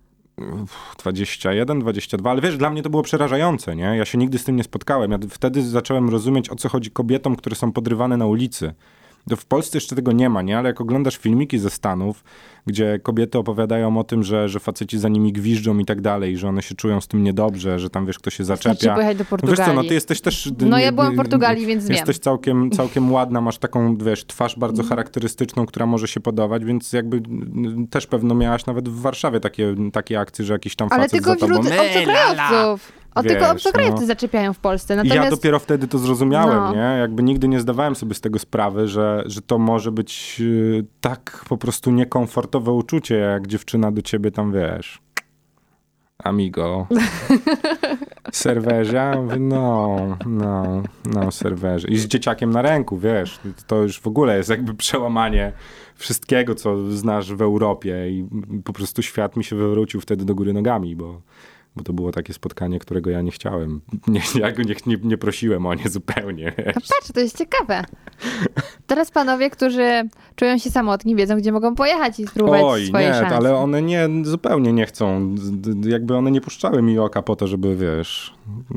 21, 22, ale wiesz, dla mnie to było przerażające, nie? Ja się nigdy z tym nie spotkałem. Ja wtedy zacząłem rozumieć, o co chodzi kobietom, które są podrywane na ulicy. To w Polsce jeszcze tego nie ma, nie? Ale jak oglądasz filmiki ze Stanów, gdzie kobiety opowiadają o tym, że faceci za nimi gwiżdżą i tak dalej, że one się czują z tym niedobrze, że tam, wiesz, kto się zaczepia. Chcecie pojechać do Portugalii. Wiesz co, ty jesteś też... Ja byłam w Portugalii, więc wiem. Jesteś całkiem ładna, masz taką, wiesz, twarz bardzo charakterystyczną, która może się podobać, więc jakby też pewno miałaś nawet w Warszawie takie akcje, że jakiś tam facet za tobą... Ale tylko wśród obcokrajowców. Tylko obcokrajowcy zaczepiają w Polsce. Natomiast... Ja dopiero wtedy to zrozumiałem, nie? Jakby nigdy nie zdawałem sobie z tego sprawy, że to może być tak po prostu niekomfortowe uczucie, jak dziewczyna do ciebie tam, wiesz, amigo, serwerze? Ja mówię, serwerze. I z dzieciakiem na ręku, wiesz, to już w ogóle jest jakby przełamanie wszystkiego, co znasz w Europie i po prostu świat mi się wywrócił wtedy do góry nogami, bo to było takie spotkanie, którego ja nie chciałem. Ja go nie prosiłem o nie zupełnie. Wiesz. No patrz, to jest ciekawe. Teraz panowie, którzy czują się samotni, wiedzą, gdzie mogą pojechać i spróbować swoje szanse. Ale one zupełnie nie chcą. Jakby one nie puszczały mi oka po to, żeby, wiesz...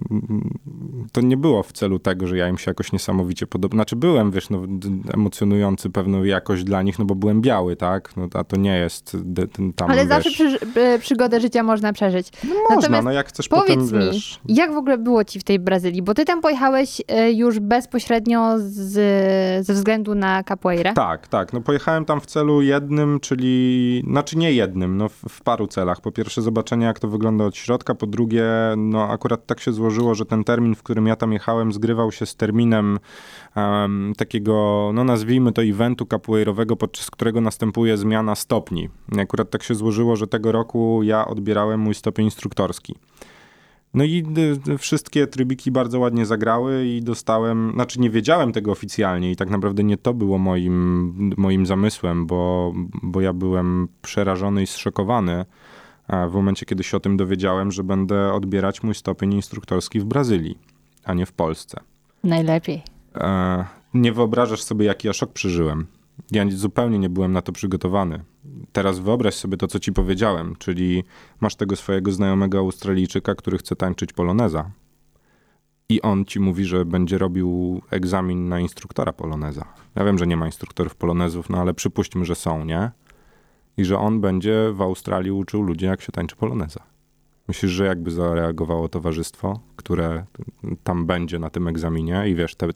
To nie było w celu tego, że ja im się jakoś niesamowicie podobał. Znaczy byłem, wiesz, emocjonujący pewną jakość dla nich, bo byłem biały, tak? A to nie jest tam, ale wiesz... zawsze przygodę życia można przeżyć. Można, jak chcesz powiedz potem, mi, wiesz... jak w ogóle było ci w tej Brazylii? Bo ty tam pojechałeś już bezpośrednio ze względu na capoeirę? Tak. Pojechałem tam w celu jednym, czyli... Znaczy nie jednym, w paru celach. Po pierwsze zobaczenie, jak to wygląda od środka. Po drugie, akurat tak się złożyło, że ten termin, w którym ja tam jechałem, zgrywał się z terminem takiego, nazwijmy to eventu capoeirowego, podczas którego następuje zmiana stopni. I akurat tak się złożyło, że tego roku ja odbierałem mój stopień instruktorski. I wszystkie trybiki bardzo ładnie zagrały i dostałem, znaczy nie wiedziałem tego oficjalnie i tak naprawdę nie to było moim zamysłem, bo ja byłem przerażony i zszokowany w momencie, kiedy się o tym dowiedziałem, że będę odbierać mój stopień instruktorski w Brazylii, a nie w Polsce. Najlepiej. Nie wyobrażasz sobie, jaki ja szok przeżyłem. Ja zupełnie nie byłem na to przygotowany. Teraz wyobraź sobie to, co ci powiedziałem, czyli masz tego swojego znajomego Australijczyka, który chce tańczyć poloneza i on ci mówi, że będzie robił egzamin na instruktora poloneza. Ja wiem, że nie ma instruktorów polonezów, ale przypuśćmy, że są, nie? I że on będzie w Australii uczył ludzi, jak się tańczy poloneza. Myślisz, że jakby zareagowało towarzystwo, które tam będzie na tym egzaminie i wiesz,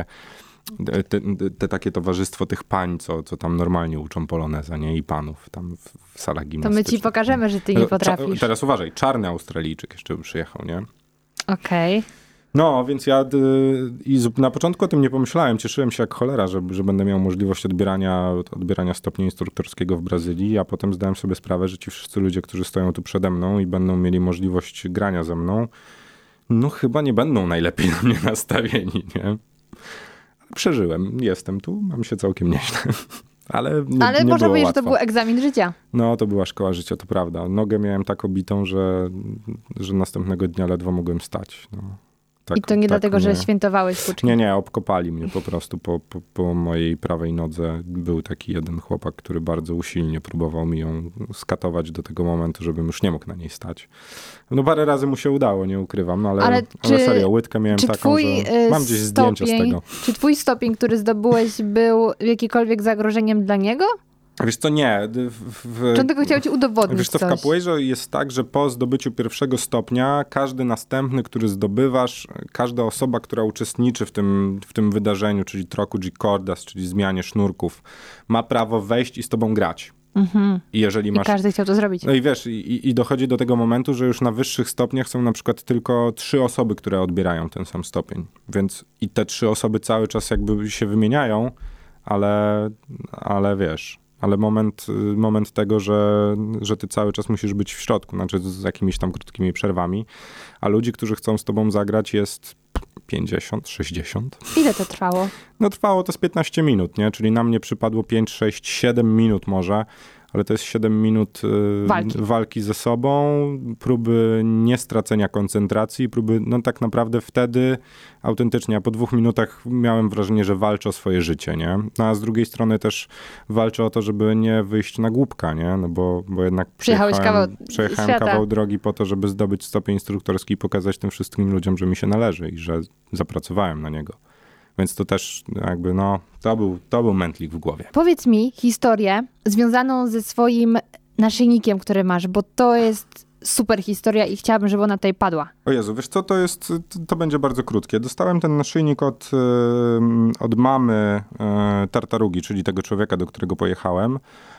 takie towarzystwo tych pań, co tam normalnie uczą poloneza, nie? I panów tam w salach gimnastycznych. To my ci pokażemy, że ty nie potrafisz. Teraz uważaj, czarny Australijczyk jeszcze przyjechał, nie? Okej. Więc ja na początku o tym nie pomyślałem. Cieszyłem się jak cholera, że będę miał możliwość odbierania stopnia instruktorskiego w Brazylii, a potem zdałem sobie sprawę, że ci wszyscy ludzie, którzy stoją tu przede mną i będą mieli możliwość grania ze mną, chyba nie będą najlepiej na mnie nastawieni, nie? Przeżyłem, jestem tu, mam się całkiem nieźle. Ale Ale nie można było powiedzieć, że łatwo. to był egzamin życia. No, to była szkoła życia, to prawda. Nogę miałem tak obitą, że następnego dnia ledwo mogłem stać. No. Tak, I to nie dlatego, że mnie... świętowałeś puczki. Nie, obkopali mnie po prostu. Po mojej prawej nodze był taki jeden chłopak, który bardzo usilnie próbował mi ją skatować do tego momentu, żebym już nie mógł na niej stać. No parę razy mu się udało, nie ukrywam, no, ale serio, łydkę miałem taką, że mam gdzieś zdjęcia z tego. Czy twój stopień, który zdobyłeś, był jakimkolwiek zagrożeniem dla niego? Wiesz co, nie. Czy on tylko chciał ci udowodnić Wiesz co, w coś? capoeirze jest tak, że po zdobyciu pierwszego stopnia każdy następny, który zdobywasz, każda osoba, która uczestniczy w tym wydarzeniu, czyli troku G-Cordas, czyli zmianie sznurków, ma prawo wejść i z tobą grać. I jeżeli masz... I każdy chciał to zrobić. No i wiesz, i dochodzi do tego momentu, że już na wyższych stopniach są na przykład tylko 3 osoby, które odbierają ten sam stopień. Więc i te 3 osoby cały czas jakby się wymieniają, ale wiesz... Ale moment tego, że ty cały czas musisz być w środku, znaczy z jakimiś tam krótkimi przerwami, a ludzi, którzy chcą z tobą zagrać jest 50, 60. Ile to trwało? No trwało to z 15 minut, nie? Czyli na mnie przypadło 5, 6, 7 minut może, ale to jest 7 minut walki ze sobą, próby niestracenia koncentracji, próby, no tak naprawdę wtedy autentycznie, a po 2 minutach miałem wrażenie, że walczę o swoje życie, nie? No, a z drugiej strony też walczę o to, żeby nie wyjść na głupka, nie? No bo jednak przejechałem kawał drogi po to, żeby zdobyć stopień instruktorski i pokazać tym wszystkim ludziom, że mi się należy i że zapracowałem na niego. Więc to też jakby, no, to był mętlik w głowie. Powiedz mi historię związaną ze swoim naszyjnikiem, który masz, bo to jest super historia i chciałabym, żeby ona tutaj padła. O Jezu, wiesz co, to będzie bardzo krótkie. Dostałem ten naszyjnik od mamy Tartarugi, czyli tego człowieka, do którego pojechałem.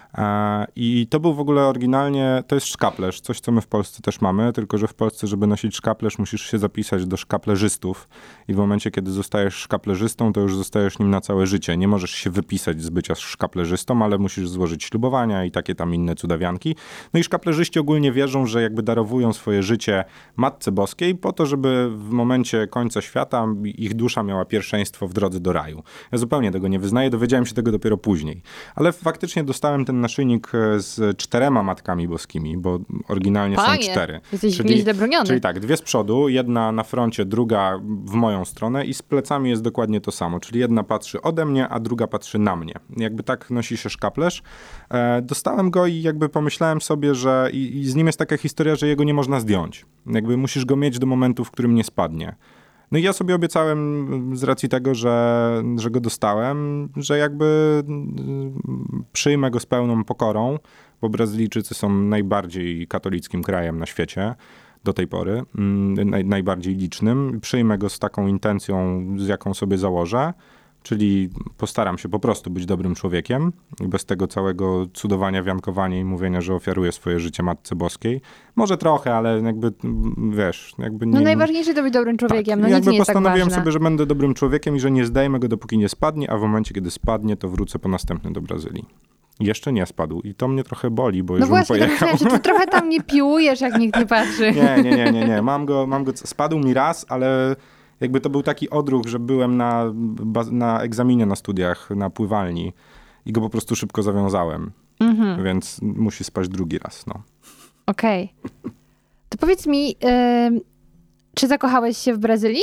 I to był w ogóle oryginalnie, to jest szkaplerz, coś co my w Polsce też mamy, tylko że w Polsce, żeby nosić szkaplerz, musisz się zapisać do szkaplerzystów i w momencie, kiedy zostajesz szkaplerzystą, to już zostajesz nim na całe życie. Nie możesz się wypisać z bycia szkaplerzystą, ale musisz złożyć ślubowania i takie tam inne cudawianki. No i szkaplerzyści ogólnie wierzą, że jakby darowują swoje życie Matce Boskiej po to, żeby w momencie końca świata ich dusza miała pierwszeństwo w drodze do raju. Ja zupełnie tego nie wyznaję, dowiedziałem się tego dopiero później. Ale faktycznie dostałem ten naszyjnik z 4 matkami boskimi, bo oryginalnie są 4. Jesteś nieźle broniony. Czyli tak, 2 z przodu, jedna na froncie, druga w moją stronę i z plecami jest dokładnie to samo. Czyli jedna patrzy ode mnie, a druga patrzy na mnie. Jakby tak nosi się szkaplerz. Dostałem go i jakby pomyślałem sobie, że i z nim jest taka historia, że jego nie można zdjąć. Jakby musisz go mieć do momentu, w którym nie spadnie. No i ja sobie obiecałem z racji tego, że go dostałem, że jakby przyjmę go z pełną pokorą, bo Brazylijczycy są najbardziej katolickim krajem na świecie do tej pory, najbardziej licznym. Przyjmę go z taką intencją, z jaką sobie założę, czyli postaram się po prostu być dobrym człowiekiem, bez tego całego cudowania, wiankowania i mówienia, że ofiaruję swoje życie Matce Boskiej. Może trochę, ale jakby, wiesz, jakby nie... No najważniejsze to być dobrym człowiekiem, tak, no nic nie jest tak ważne. Postanowiłem sobie, że będę dobrym człowiekiem i że nie zdejmę go, dopóki nie spadnie, a w momencie, kiedy spadnie, to wrócę po następny do Brazylii. Jeszcze nie spadł i to mnie trochę boli, bo już bym pojechał. No właśnie, że ty trochę tam nie piłujesz, jak nikt nie patrzy. Nie. Mam go, spadł mi raz, ale jakby to był taki odruch, że byłem na egzaminie na studiach, na pływalni i go po prostu szybko zawiązałem. Więc musi spaść drugi raz, no. Okej. To powiedz mi, czy zakochałeś się w Brazylii?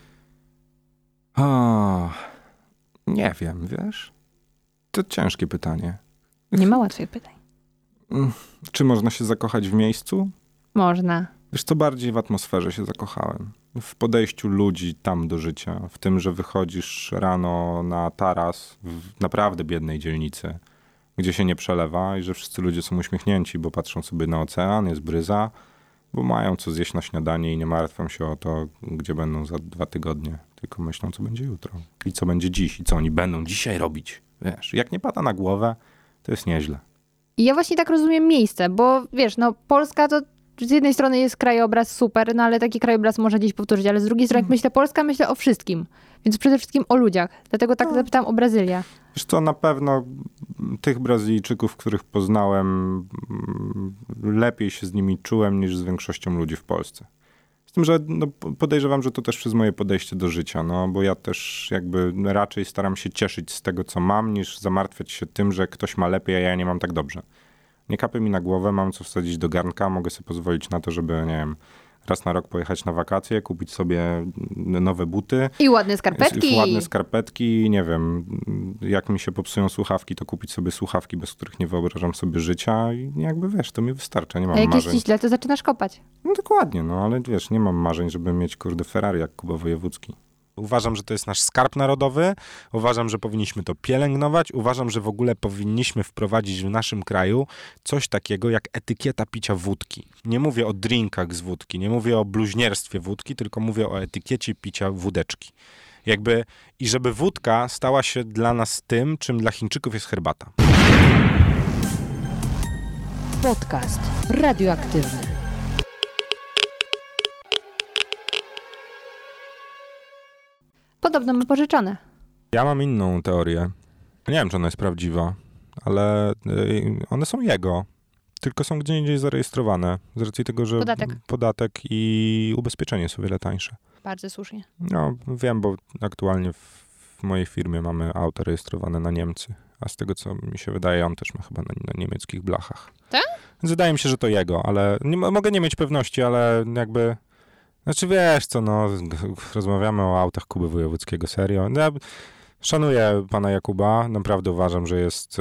Nie wiem, wiesz? To ciężkie pytanie. Nie ma łatwych pytań. Czy można się zakochać w miejscu? Można. Wiesz co, bardziej w atmosferze się zakochałem. W podejściu ludzi tam do życia. W tym, że wychodzisz rano na taras w naprawdę biednej dzielnicy, gdzie się nie przelewa i że wszyscy ludzie są uśmiechnięci, bo patrzą sobie na ocean, jest bryza, bo mają co zjeść na śniadanie i nie martwią się o to, gdzie będą za 2 tygodnie. Tylko myślą, co będzie jutro i co będzie dziś i co oni będą dzisiaj robić. Wiesz, jak nie pada na głowę, to jest nieźle. I ja właśnie tak rozumiem miejsce, bo wiesz, no Polska to z jednej strony jest krajobraz super, no ale taki krajobraz można gdzieś powtórzyć, ale z drugiej strony jak myślę Polska, myślę o wszystkim. Więc przede wszystkim o ludziach. Dlatego tak zapytałam o Brazylię. Wiesz co, na pewno tych Brazylijczyków, których poznałem, lepiej się z nimi czułem niż z większością ludzi w Polsce. tym, że no, podejrzewam, że to też przez moje podejście do życia, no bo ja też jakby raczej staram się cieszyć z tego, co mam, niż zamartwiać się tym, że ktoś ma lepiej, a ja nie mam tak dobrze. Nie kapie mi na głowę, mam co wsadzić do garnka, mogę sobie pozwolić na to, żeby, nie wiem, raz na rok pojechać na wakacje, kupić sobie nowe buty. I ładne skarpetki. Ładne skarpetki, nie wiem, jak mi się popsują słuchawki, to kupić sobie słuchawki, bez których nie wyobrażam sobie życia i jakby, wiesz, to mi wystarcza, nie mam A jak marzeń. jest ci źle, to zaczynasz kopać. No dokładnie, no ale wiesz, nie mam marzeń, żeby mieć, kurde, Ferrari jak Kuba Wojewódzki. Uważam, że to jest nasz skarb narodowy, uważam, że powinniśmy to pielęgnować, uważam, że w ogóle powinniśmy wprowadzić w naszym kraju coś takiego jak etykieta picia wódki. Nie mówię o drinkach z wódki, nie mówię o bluźnierstwie wódki, tylko mówię o etykiecie picia wódeczki. I żeby wódka stała się dla nas tym, czym dla Chińczyków jest herbata. Podcast radioaktywny. Podobno ma pożyczone. Ja mam inną teorię. Nie wiem, czy ona jest prawdziwa, ale one są jego. Tylko są gdzie indziej zarejestrowane. Z racji tego, że podatek i ubezpieczenie są wiele tańsze. Bardzo słusznie. No, wiem, bo aktualnie w mojej firmie mamy auto rejestrowane na Niemcy. A z tego, co mi się wydaje, on też ma chyba na niemieckich blachach. Tak? Więc wydaje mi się, że to jego, ale mogę nie mieć pewności, ale jakby... Znaczy wiesz co, no, rozmawiamy o autach Kuby Wojewódzkiego, serio. Ja szanuję pana Jakuba, naprawdę uważam, że jest...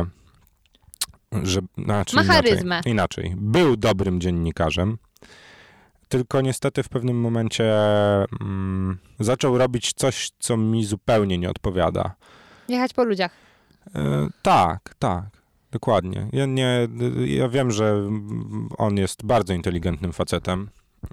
ma charyzmę. Inaczej. Był dobrym dziennikarzem, tylko niestety w pewnym momencie zaczął robić coś, co mi zupełnie nie odpowiada. Jechać po ludziach. Tak, dokładnie. Ja wiem, że on jest bardzo inteligentnym facetem.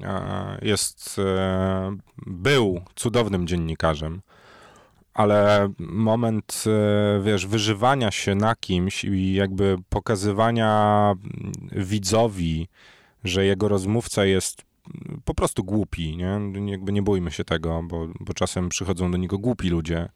Był cudownym dziennikarzem, ale moment, wiesz, wyżywania się na kimś i jakby pokazywania widzowi, że jego rozmówca jest po prostu głupi, nie? Jakby nie bójmy się tego, bo czasem przychodzą do niego głupi ludzie.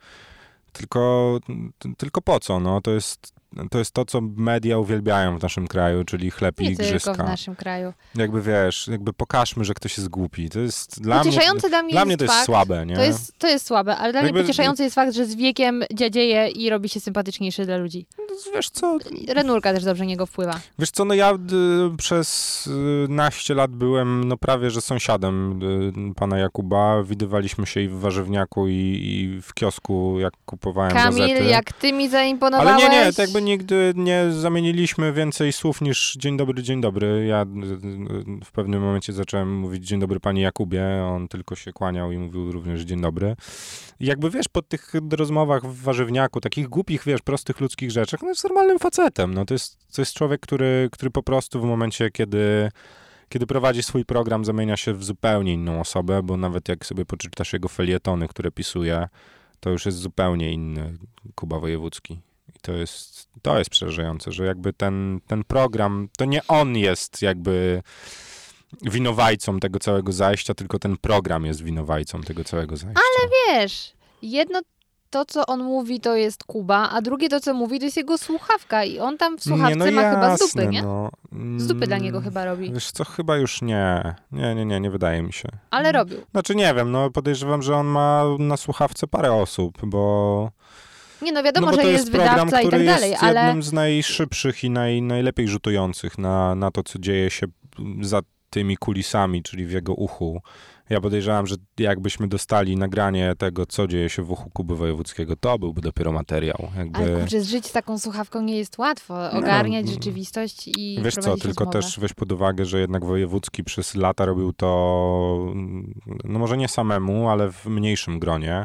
Tylko po co? No, to jest to, co media uwielbiają w naszym kraju, czyli chleb i igrzyska. Nie tylko w naszym kraju. Jakby wiesz, pokażmy, że ktoś jest głupi. To jest dla mnie to jest słabe, nie? To jest słabe, ale dla mnie pocieszający jest fakt, że z wiekiem dziadzieje i robi się sympatyczniejszy dla ludzi. Wiesz co? Renulka też dobrze na niego wpływa. Wiesz co, no ja przez naście lat byłem no prawie, że sąsiadem pana Jakuba. Widywaliśmy się i w warzywniaku i w kiosku, jak kupowałem Kamil, gazety. Jak ty mi zaimponowałeś. Ale nie, to jakby nigdy nie zamieniliśmy więcej słów niż dzień dobry. Ja w pewnym momencie zacząłem mówić dzień dobry panie Jakubie, on tylko się kłaniał i mówił również dzień dobry. I jakby wiesz, po tych rozmowach w warzywniaku, takich głupich, wiesz, prostych ludzkich rzeczach, no jest normalnym facetem. No to jest człowiek, który po prostu w momencie, kiedy prowadzi swój program, zamienia się w zupełnie inną osobę, bo nawet jak sobie poczytasz jego felietony, które pisuje, to już jest zupełnie inny Kuba Wojewódzki. I to jest przerażające, że jakby ten program, to nie on jest jakby winowajcą tego całego zajścia, tylko ten program jest winowajcą tego całego zajścia. Ale wiesz, jedno to, co on mówi, to jest Kuba, a drugie to, co mówi, to jest jego słuchawka i on tam w słuchawce ma chyba z dupy, nie? No, z dupy dla niego chyba robi. Wiesz co, chyba już nie. Nie wydaje mi się. Ale robił. Znaczy nie wiem, no podejrzewam, że on ma na słuchawce parę osób, bo... Nie, no wiadomo, że jest wydawca i tak dalej, jest ale... jednym z najszybszych i najlepiej rzutujących na to, co dzieje się za tymi kulisami, czyli w jego uchu. Ja podejrzewam, że jakbyśmy dostali nagranie tego, co dzieje się w uchu Kuby Wojewódzkiego, to byłby dopiero materiał. Ale kurczę, żyć z taką słuchawką nie jest łatwo. Ogarniać rzeczywistość i wiesz co, tylko rozmowę. też weź pod uwagę, że jednak Wojewódzki przez lata robił to, no może nie samemu, ale w mniejszym gronie.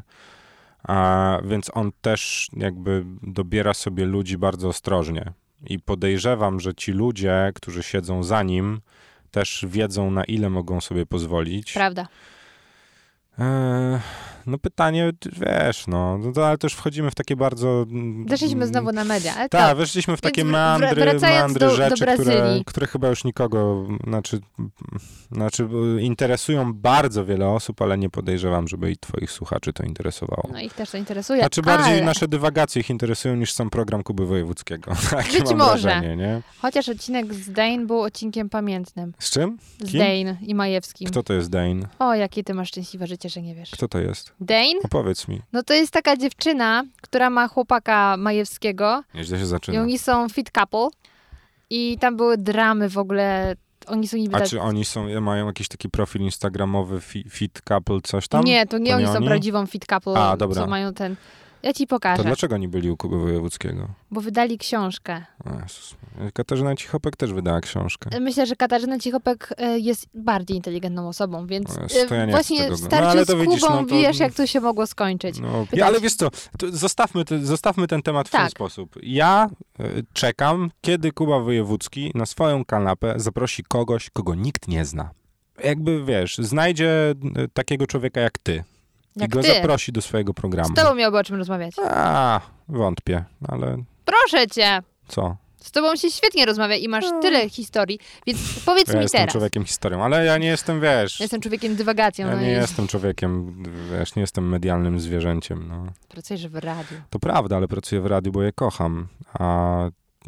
Więc on też jakby dobiera sobie ludzi bardzo ostrożnie. I podejrzewam, że ci ludzie, którzy siedzą za nim, też wiedzą, na ile mogą sobie pozwolić. Prawda. No pytanie, wiesz, no ale też wchodzimy w takie bardzo... Zeszliśmy znowu na media, ale Tak, weszliśmy w takie Więc meandry do rzeczy, Brazylii. które chyba już nikogo, znaczy interesują bardzo wiele osób, ale nie podejrzewam, żeby i twoich słuchaczy to interesowało. No ich też to interesuje, Znaczy bardziej ale... nasze dywagacje ich interesują niż sam program Kuby Wojewódzkiego. Takie Być mam może. wrażenie, nie? Chociaż odcinek z Dane był odcinkiem pamiętnym. Z czym? Z Kim? Dane i Majewskim. Kto to jest Dane? O, jakie ty masz szczęśliwe życie, że nie wiesz. Kto to jest? Dane? Opowiedz mi. No to jest taka dziewczyna, która ma chłopaka Majewskiego Nieźle się i zaczyna. oni są fit couple i tam były dramy w ogóle. Oni są niby A tak... czy oni mają jakiś taki profil instagramowy, fit couple, coś tam? Nie, to nie oni są prawdziwą fit couple, A, dobra. co mają ten... Ja ci To pokażę, dlaczego oni byli u Kuby Wojewódzkiego? bo wydali książkę. O Jezus. Katarzyna Cichopek też wydała książkę. Myślę, że Katarzyna Cichopek jest bardziej inteligentną osobą, więc O Jezu, to ja nie chcę właśnie tego w znać. starciu No, ale z to widzisz, Kubą no to- wiesz, jak to się mogło skończyć. No, Pytam ale się- wiesz co, to zostawmy ten temat w ten Tak. sposób. Ja czekam, kiedy Kuba Wojewódzki na swoją kanapę zaprosi kogoś, kogo nikt nie zna. Jakby, wiesz, znajdzie takiego człowieka jak ty. Jak I go ty. zaprosi do swojego programu. Z tobą miałby o czym rozmawiać. Wątpię, ale Proszę cię! co? Z tobą się świetnie rozmawia i masz tyle historii, więc powiedz Ja mi jestem teraz. człowiekiem historią, ale ja nie jestem, wiesz... Ja jestem człowiekiem dywagacją. Ja no nie i jestem człowiekiem, wiesz, nie jestem medialnym zwierzęciem, no. pracujesz w radiu. To prawda, ale pracuję w radiu, bo je kocham, a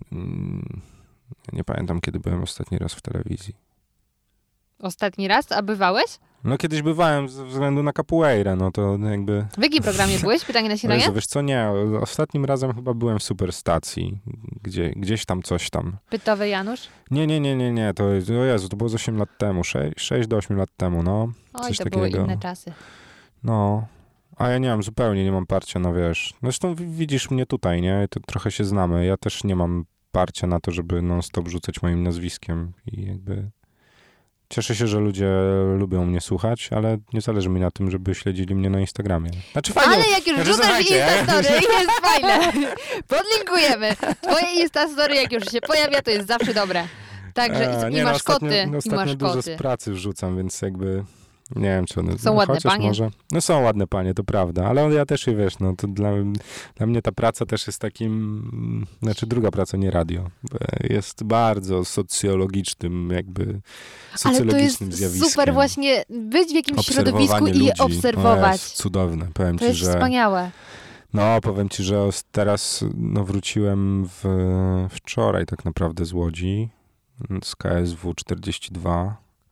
nie pamiętam, kiedy byłem ostatni raz w telewizji. Ostatni raz? A bywałeś? No kiedyś bywałem ze względu na capoeirę, no to jakby... W jakim programie byłeś? Pytanie na śniadanie? Jezu, wiesz co, nie, ostatnim razem chyba byłem w Superstacji, gdzieś tam coś tam. Pytowy Janusz? Nie, to jest, o Jezu, to było z 8 lat temu, 6 do 8 lat temu, no. Oj, Coś to takiego. były inne czasy. No, a ja zupełnie nie mam parcia, no wiesz. Zresztą widzisz mnie tutaj, nie? To trochę się znamy. Ja też nie mam parcia na to, żeby non-stop rzucać moim nazwiskiem i jakby... Cieszę się, że ludzie lubią mnie słuchać, ale nie zależy mi na tym, żeby śledzili mnie na Instagramie. Znaczy fajnie... Ale jak już znaczy, rzucasz słuchajcie, Instastory, jest fajne. Podlinkujemy. Twoje Instastory, jak już się pojawia, to jest zawsze dobre. Także i masz koty, i ostatnio masz dużo koty. z pracy wrzucam, więc jakby... Nie wiem, czy one... Są ładne chociaż panie? Może, no są ładne panie, to prawda, ale ja też, wiesz, no to dla mnie ta praca też jest takim... Znaczy druga praca, nie radio. Jest bardzo socjologicznym, jakby Ale to socjologicznym jest zjawiskiem. super właśnie być w jakimś Obserwowanie środowisku i je ludzi. obserwować. O, jest cudowne, powiem To ci, jest że... wspaniałe. No, powiem ci, że teraz wróciłem wczoraj tak naprawdę z Łodzi, z KSW 42.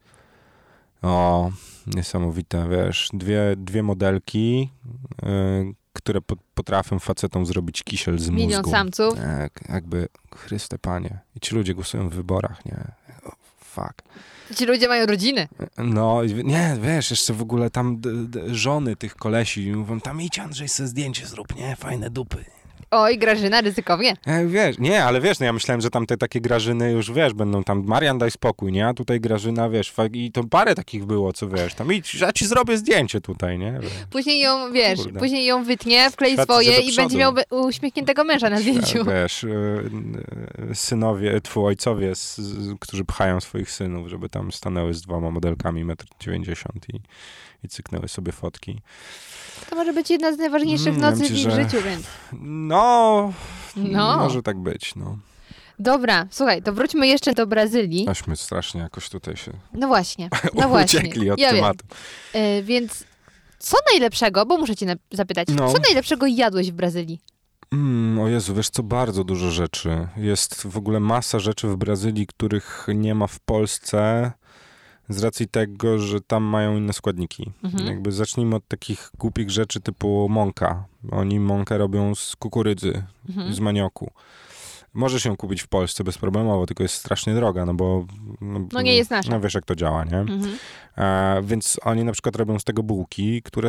O, niesamowite, wiesz, dwie modelki, które potrafią facetom zrobić kisiel z mózgu. Milion samców. Tak, jakby, Chryste Panie. I ci ludzie głosują w wyborach, nie? O, fuck. Ci ludzie mają rodziny. No, nie, wiesz, jeszcze w ogóle tam żony tych kolesi mówią, tam idź Andrzej, sobie zdjęcie zrób, nie? Fajne dupy. Oj, Grażyna, ryzykownie. Wiesz, nie, ale wiesz, no ja myślałem, że tam te takie Grażyny już, wiesz, będą tam, Marian daj spokój, nie? A tutaj Grażyna, wiesz, i to parę takich było, co wiesz, tam idź, ja ci zrobię zdjęcie tutaj, nie? Później ją, wiesz, Kurde. później ją wytnie, wklei Świat swoje idzie do i przodu. będzie miał uśmiechniętego męża na zdjęciu. Wiesz, synowie, ojcowie, którzy pchają swoich synów, żeby tam stanęły z 2 modelkami 1,90 m i cyknęły sobie fotki. To może być jedna z najważniejszych Powiem nocy ci, w ich że- życiu, więc... No, No. może tak być, no. Dobra, słuchaj, to wróćmy jeszcze do Brazylii. Aśmy strasznie jakoś tutaj się No właśnie, no właśnie. uciekli od Ja wiem. tematu. Więc co najlepszego, bo muszę cię zapytać, No. co najlepszego jadłeś w Brazylii? O Jezu, wiesz co, bardzo dużo rzeczy. Jest w ogóle masa rzeczy w Brazylii, których nie ma w Polsce z racji tego, że tam mają inne składniki. Jakby zacznijmy od takich głupich rzeczy typu mąka. Oni mąkę robią z kukurydzy, z manioku. Możesz ją kupić w Polsce bezproblemowo, tylko jest strasznie droga, no bo... No nie jest nasza. No wiesz, jak to działa, nie? Więc oni na przykład robią z tego bułki, które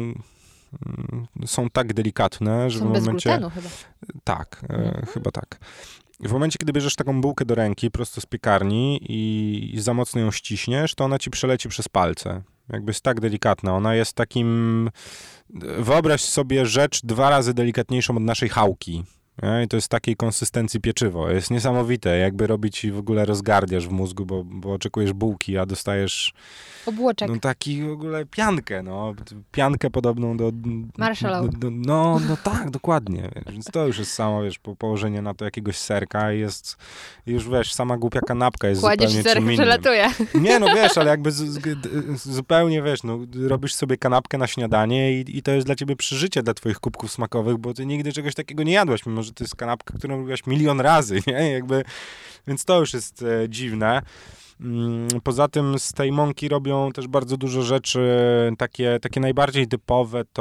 są tak delikatne, że Są w bez momencie... glutenu chyba. Tak, chyba tak. W momencie, kiedy bierzesz taką bułkę do ręki, prosto z piekarni i za mocno ją ściśniesz, to ona ci przeleci przez palce. Jakby jest tak delikatna. Ona jest takim... Wyobraź sobie rzecz 2 razy delikatniejszą od naszej chałki. Nie? I to jest takiej konsystencji pieczywo. Jest niesamowite, jakby robić ci w ogóle rozgardiasz w mózgu, bo oczekujesz bułki, a dostajesz Obłoczek. no taki w ogóle piankę, no. Piankę podobną do... Marshmallow. No tak, dokładnie. Wiesz. Więc to już jest samo, wiesz, położenie na to jakiegoś serka i jest, już wiesz, sama głupia kanapka jest Kładziesz zupełnie ser, czym innym. przelatuje. Nie, no wiesz, ale jakby zupełnie, wiesz, no robisz sobie kanapkę na śniadanie i to jest dla ciebie przeżycie dla twoich kubków smakowych, bo ty nigdy czegoś takiego nie jadłaś, mimo że to jest kanapka, którą robiłaś milion razy, nie? Jakby, więc to już jest dziwne. Poza tym z tej mąki robią też bardzo dużo rzeczy, takie najbardziej typowe to,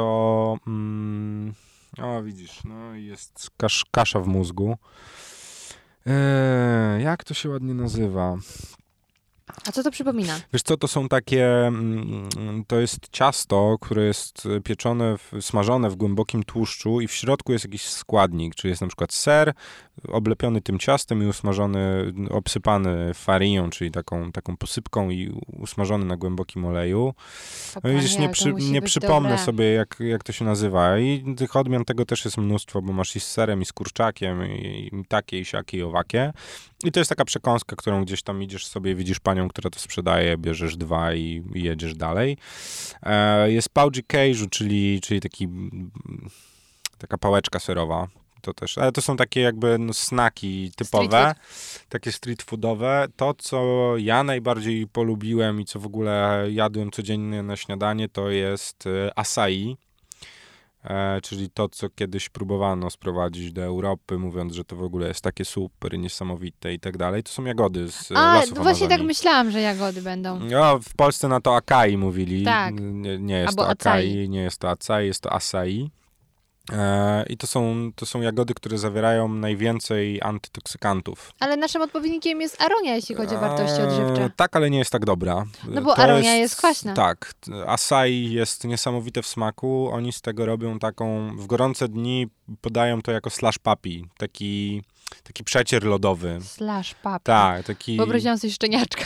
o widzisz, no jest kasza w mózgu. Jak to się ładnie nazywa? A co to przypomina? Wiesz co, to są takie, to jest ciasto, które jest pieczone, smażone w głębokim tłuszczu i w środku jest jakiś składnik, czyli jest na przykład ser oblepiony tym ciastem i usmażony, obsypany farią, czyli taką posypką i usmażony na głębokim oleju. No widzisz, nie przypomnę dobre. sobie, jak to się nazywa. I tych odmian tego też jest mnóstwo, bo masz i z serem, i z kurczakiem, i takie, i siakie, i owakie. I to jest taka przekąska, którą gdzieś tam idziesz sobie, widzisz panią, która to sprzedaje, bierzesz 2 i jedziesz dalej. Jest pau de queijo, czyli taka pałeczka serowa. To też, ale to są takie jakby snaki typowe, takie street foodowe. To, co ja najbardziej polubiłem i co w ogóle jadłem codziennie na śniadanie, to jest acai. Czyli to, co kiedyś próbowano sprowadzić do Europy, mówiąc, że to w ogóle jest takie super, niesamowite i tak dalej. To są jagody z lasów właśnie Amazonii. tak myślałam, że jagody będą. No, w Polsce na to acai mówili. Tak. Nie jest Albo to acai, acai. nie jest to acai, jest to acai. I to są jagody, które zawierają najwięcej antytoksykantów. Ale naszym odpowiednikiem jest aronia, jeśli chodzi o wartości odżywcze. Tak, ale nie jest tak dobra. No bo aronia jest kwaśna. Tak. Acai jest niesamowite w smaku. Oni z tego robią taką... W gorące dni podają to jako slash papi. Taki przecier lodowy. Slash papi. Tak, taki... Wyobraziłam sobie szczeniaczka.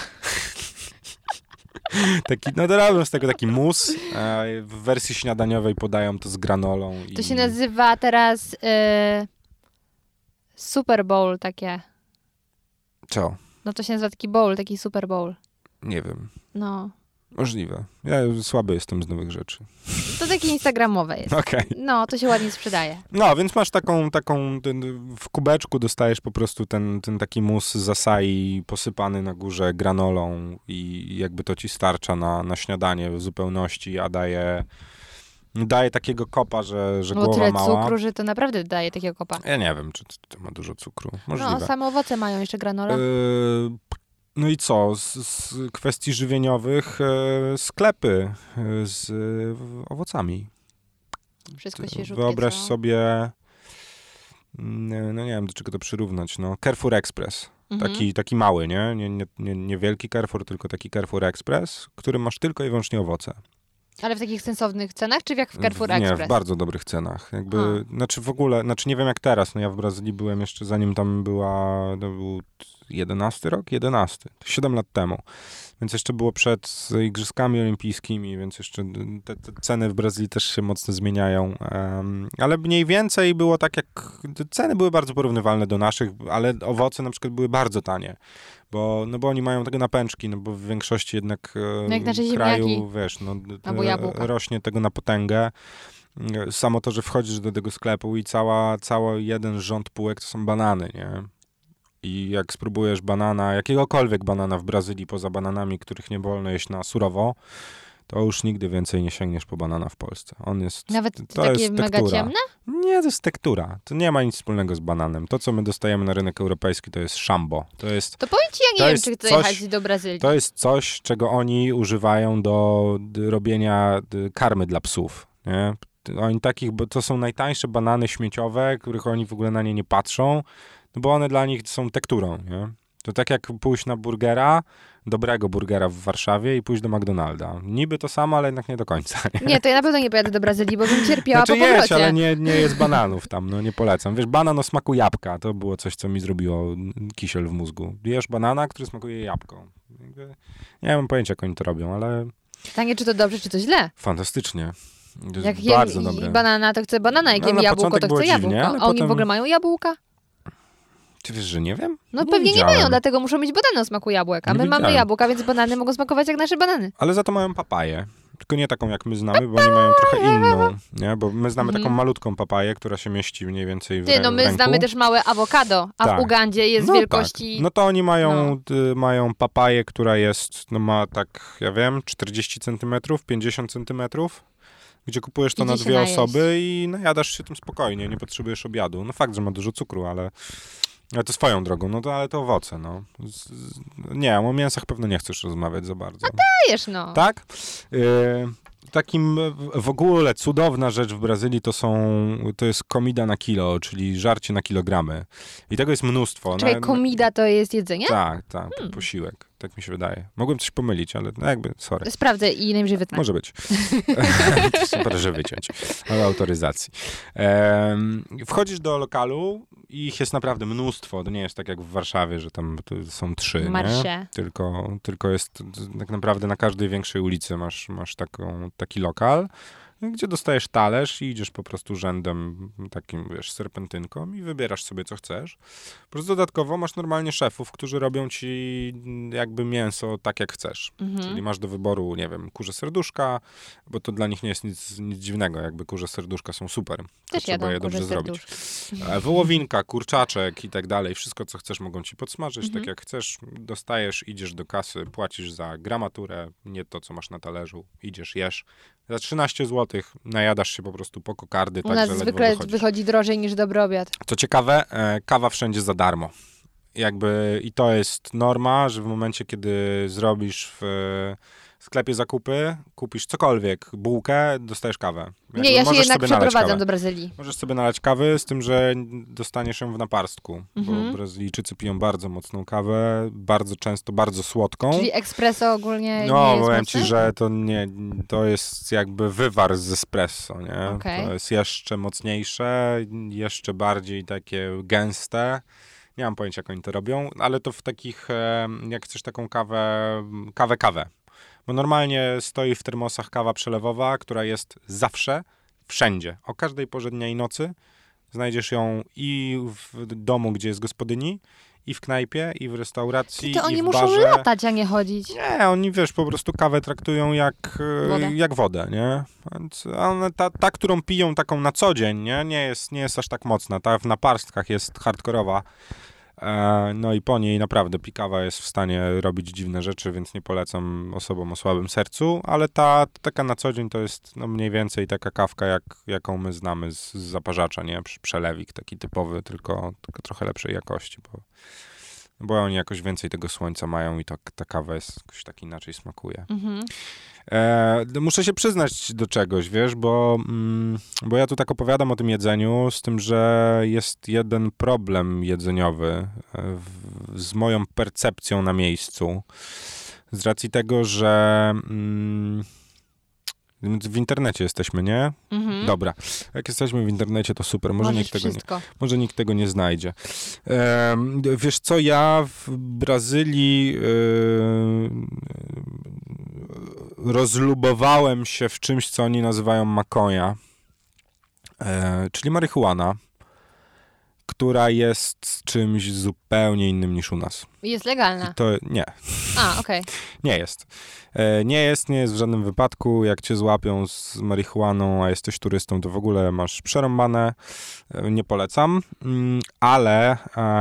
No to robią z tego taki mus. W wersji śniadaniowej podają to z granolą. To się nazywa teraz Super Bowl takie. Co? No to się nazywa taki bowl, taki Super Bowl. Nie wiem. No. Możliwe. Ja słaby jestem z nowych rzeczy. To takie instagramowe jest. Okej. No, to się ładnie sprzedaje. No, więc masz taką w kubeczku dostajesz po prostu ten taki mus z acai posypany na górze granolą i jakby to ci starcza na śniadanie w zupełności, a daje takiego kopa, że No głowa tyle mała. cukru, że to naprawdę daje takiego kopa. Ja nie wiem, czy to ma dużo cukru. Możliwe. No, same owoce mają jeszcze granola. No i co? Z kwestii żywieniowych sklepy z owocami. Wszystko świeżutkie, Wyobraź co? sobie, no nie wiem, do czego to przyrównać, no Carrefour Express, taki mały, nie wielki Carrefour, tylko taki Carrefour Express, w którym masz tylko i wyłącznie owoce. Ale w takich sensownych cenach, czy jak w Carrefour Nie, Express? w bardzo dobrych cenach. Jakby, znaczy w ogóle, nie wiem jak teraz, no ja w Brazylii byłem jeszcze zanim tam to był 11 rok? 11. 7 lat temu. Więc jeszcze było przed Igrzyskami Olimpijskimi, więc jeszcze te ceny w Brazylii też się mocno zmieniają. Ale mniej więcej było tak jak... Ceny były bardzo porównywalne do naszych, ale owoce na przykład były bardzo tanie. Bo oni mają tego na pęczki, no bo w większości jednak No jak nasze kraju, ziemniaki. wiesz, Albo jabłka. rośnie tego na potęgę. Samo to, że wchodzisz do tego sklepu i cały jeden rząd półek to są banany, nie? I jak spróbujesz jakiegokolwiek banana w Brazylii, poza bananami, których nie wolno jeść na surowo, to już nigdy więcej nie sięgniesz po banana w Polsce. Nawet to takie jest mega tektura. ciemne? Nie, to jest tektura. To nie ma nic wspólnego z bananem. To, co my dostajemy na rynek europejski, to jest szambo. To powiem ci, ja to nie wiem, jest czy chcę coś- jechać do Brazylii. To jest coś, czego oni używają do robienia karmy dla psów, nie? Bo to są najtańsze banany śmieciowe, których oni w ogóle na nie nie patrzą, no bo one dla nich są tekturą, nie? To tak jak pójść na dobrego burgera w Warszawie i pójść do McDonalda. Niby to samo, ale jednak nie do końca. Nie, to ja na pewno nie pojadę do Brazylii, bo bym cierpiała po jedź, powrocie. ale nie jest bananów tam, no nie polecam. Wiesz, banan o smaku jabłka, to było coś, co mi zrobiło kisiel w mózgu. Jesz banana, który smakuje jabłką. Nie mam pojęcia, jak oni to robią, ale Pytanie, czy to dobrze, czy to źle? fantastycznie. To jest Jak bardzo jem dobre. banana, to chcę banana, jak No, jem na jabłko, początek to było chcę dziwnie, jabłko. ale A oni potem- w ogóle mają jabłka? Ty wiesz, że nie wiem? No pewnie nie widziałem. mają, dlatego muszą mieć banany o smaku jabłek. A Nie my mamy widziałem. jabłka, więc banany mogą smakować jak nasze banany. Ale za to mają papaję. Tylko nie taką, jak my znamy, bo oni mają trochę inną, nie? Bo my znamy taką malutką papaję, która się mieści mniej więcej w Ty, no w my ręku. znamy też małe awokado, a Tak. w Ugandzie jest No wielkości... tak. No to oni mają papaję, która jest, no ma tak, ja wiem, 40 centymetrów, 50 centymetrów, gdzie kupujesz to Idzie na się 2 najeść. osoby i najadasz się tym spokojnie, nie potrzebujesz obiadu. No fakt, że ma dużo cukru, ale to swoją drogą, no to ale to owoce, no. Nie, o mięsach pewno nie chcesz rozmawiać za bardzo. Dajesz, no. Tak? Takim w ogóle cudowna rzecz w Brazylii to jest comida na kilo, czyli żarcie na kilogramy. I tego jest mnóstwo. Czekaj, komida to jest jedzenie? Tak, posiłek. Tak mi się wydaje. Mogłem coś pomylić, ale no jakby, sorry. Sprawdzę i najwyżej wytnę. Może być. To super, że wyciąć. Ale autoryzacji. Wchodzisz do lokalu i ich jest naprawdę mnóstwo. To nie jest tak jak w Warszawie, że tam są 3, Marsze. nie? Tylko jest tak naprawdę na każdej większej ulicy masz taki lokal, gdzie dostajesz talerz i idziesz po prostu rzędem takim, wiesz, serpentynką i wybierasz sobie, co chcesz. Po prostu dodatkowo masz normalnie szefów, którzy robią ci jakby mięso tak, jak chcesz. Czyli masz do wyboru, nie wiem, kurze serduszka, bo to dla nich nie jest nic dziwnego, jakby kurze serduszka są super. To Też trzeba jadą je dobrze kurze zrobić. Wołowinka, kurczaczek i tak dalej, wszystko, co chcesz, mogą ci podsmażyć, tak jak chcesz. Dostajesz, idziesz do kasy, płacisz za gramaturę, nie to, co masz na talerzu. Idziesz, jesz. Za 13 zł najadasz się po prostu po kokardy, U tak, nas że ledwo zwykle wychodzisz. wychodzi drożej niż dobry obiad. Co ciekawe, kawa wszędzie za darmo. I to jest norma, że w momencie, kiedy zrobisz w sklepie zakupy, kupisz cokolwiek, bułkę, dostajesz kawę. Nie, ja się możesz jednak sobie nalać przeprowadzam kawę. do Brazylii. Możesz sobie nalać kawy, z tym, że dostaniesz ją w naparstku, bo Brazylijczycy piją bardzo mocną kawę, bardzo często, bardzo słodką. Czyli espresso ogólnie No, nie jest powiem mocny? ci, że to jest jakby wywar z espresso, nie? Okej. To jest jeszcze mocniejsze, jeszcze bardziej takie gęste. Nie mam pojęcia, jak oni to robią, ale to w takich, jak chcesz taką kawę. Bo normalnie stoi w termosach kawa przelewowa, która jest zawsze, wszędzie. O każdej porze dnia i nocy znajdziesz ją i w domu, gdzie jest gospodyni, i w knajpie, i w restauracji, To i oni w muszą barze. latać, a nie chodzić. Nie, oni, wiesz, po prostu kawę traktują jak wodę, nie? Więc ta, którą piją taką na co dzień, nie jest aż tak mocna. Ta w naparstkach jest hardkorowa. No i po niej naprawdę pikawa jest w stanie robić dziwne rzeczy, więc nie polecam osobom o słabym sercu, ale ta taka na co dzień to jest no mniej więcej taka kawka, jaką my znamy z zaparzacza, nie? Przelewik taki typowy, tylko trochę lepszej jakości, bo oni jakoś więcej tego słońca mają i ta kawa jakoś tak inaczej smakuje. Muszę się przyznać do czegoś, wiesz, bo ja tu tak opowiadam o tym jedzeniu, z tym, że jest jeden problem jedzeniowy z moją percepcją na miejscu. Z racji tego, że w internecie jesteśmy, nie? Dobra. Jak jesteśmy w internecie, to super. Może nikt tego nie znajdzie. Wiesz co, ja w Brazylii rozlubowałem się w czymś, co oni nazywają maconha, czyli marihuana, która jest czymś zupełnie innym niż u nas. Jest legalna. Nie. Okej. Nie jest. Nie jest w żadnym wypadku. Jak cię złapią z marihuaną, a jesteś turystą, to w ogóle masz przerąbane. Nie polecam. Ale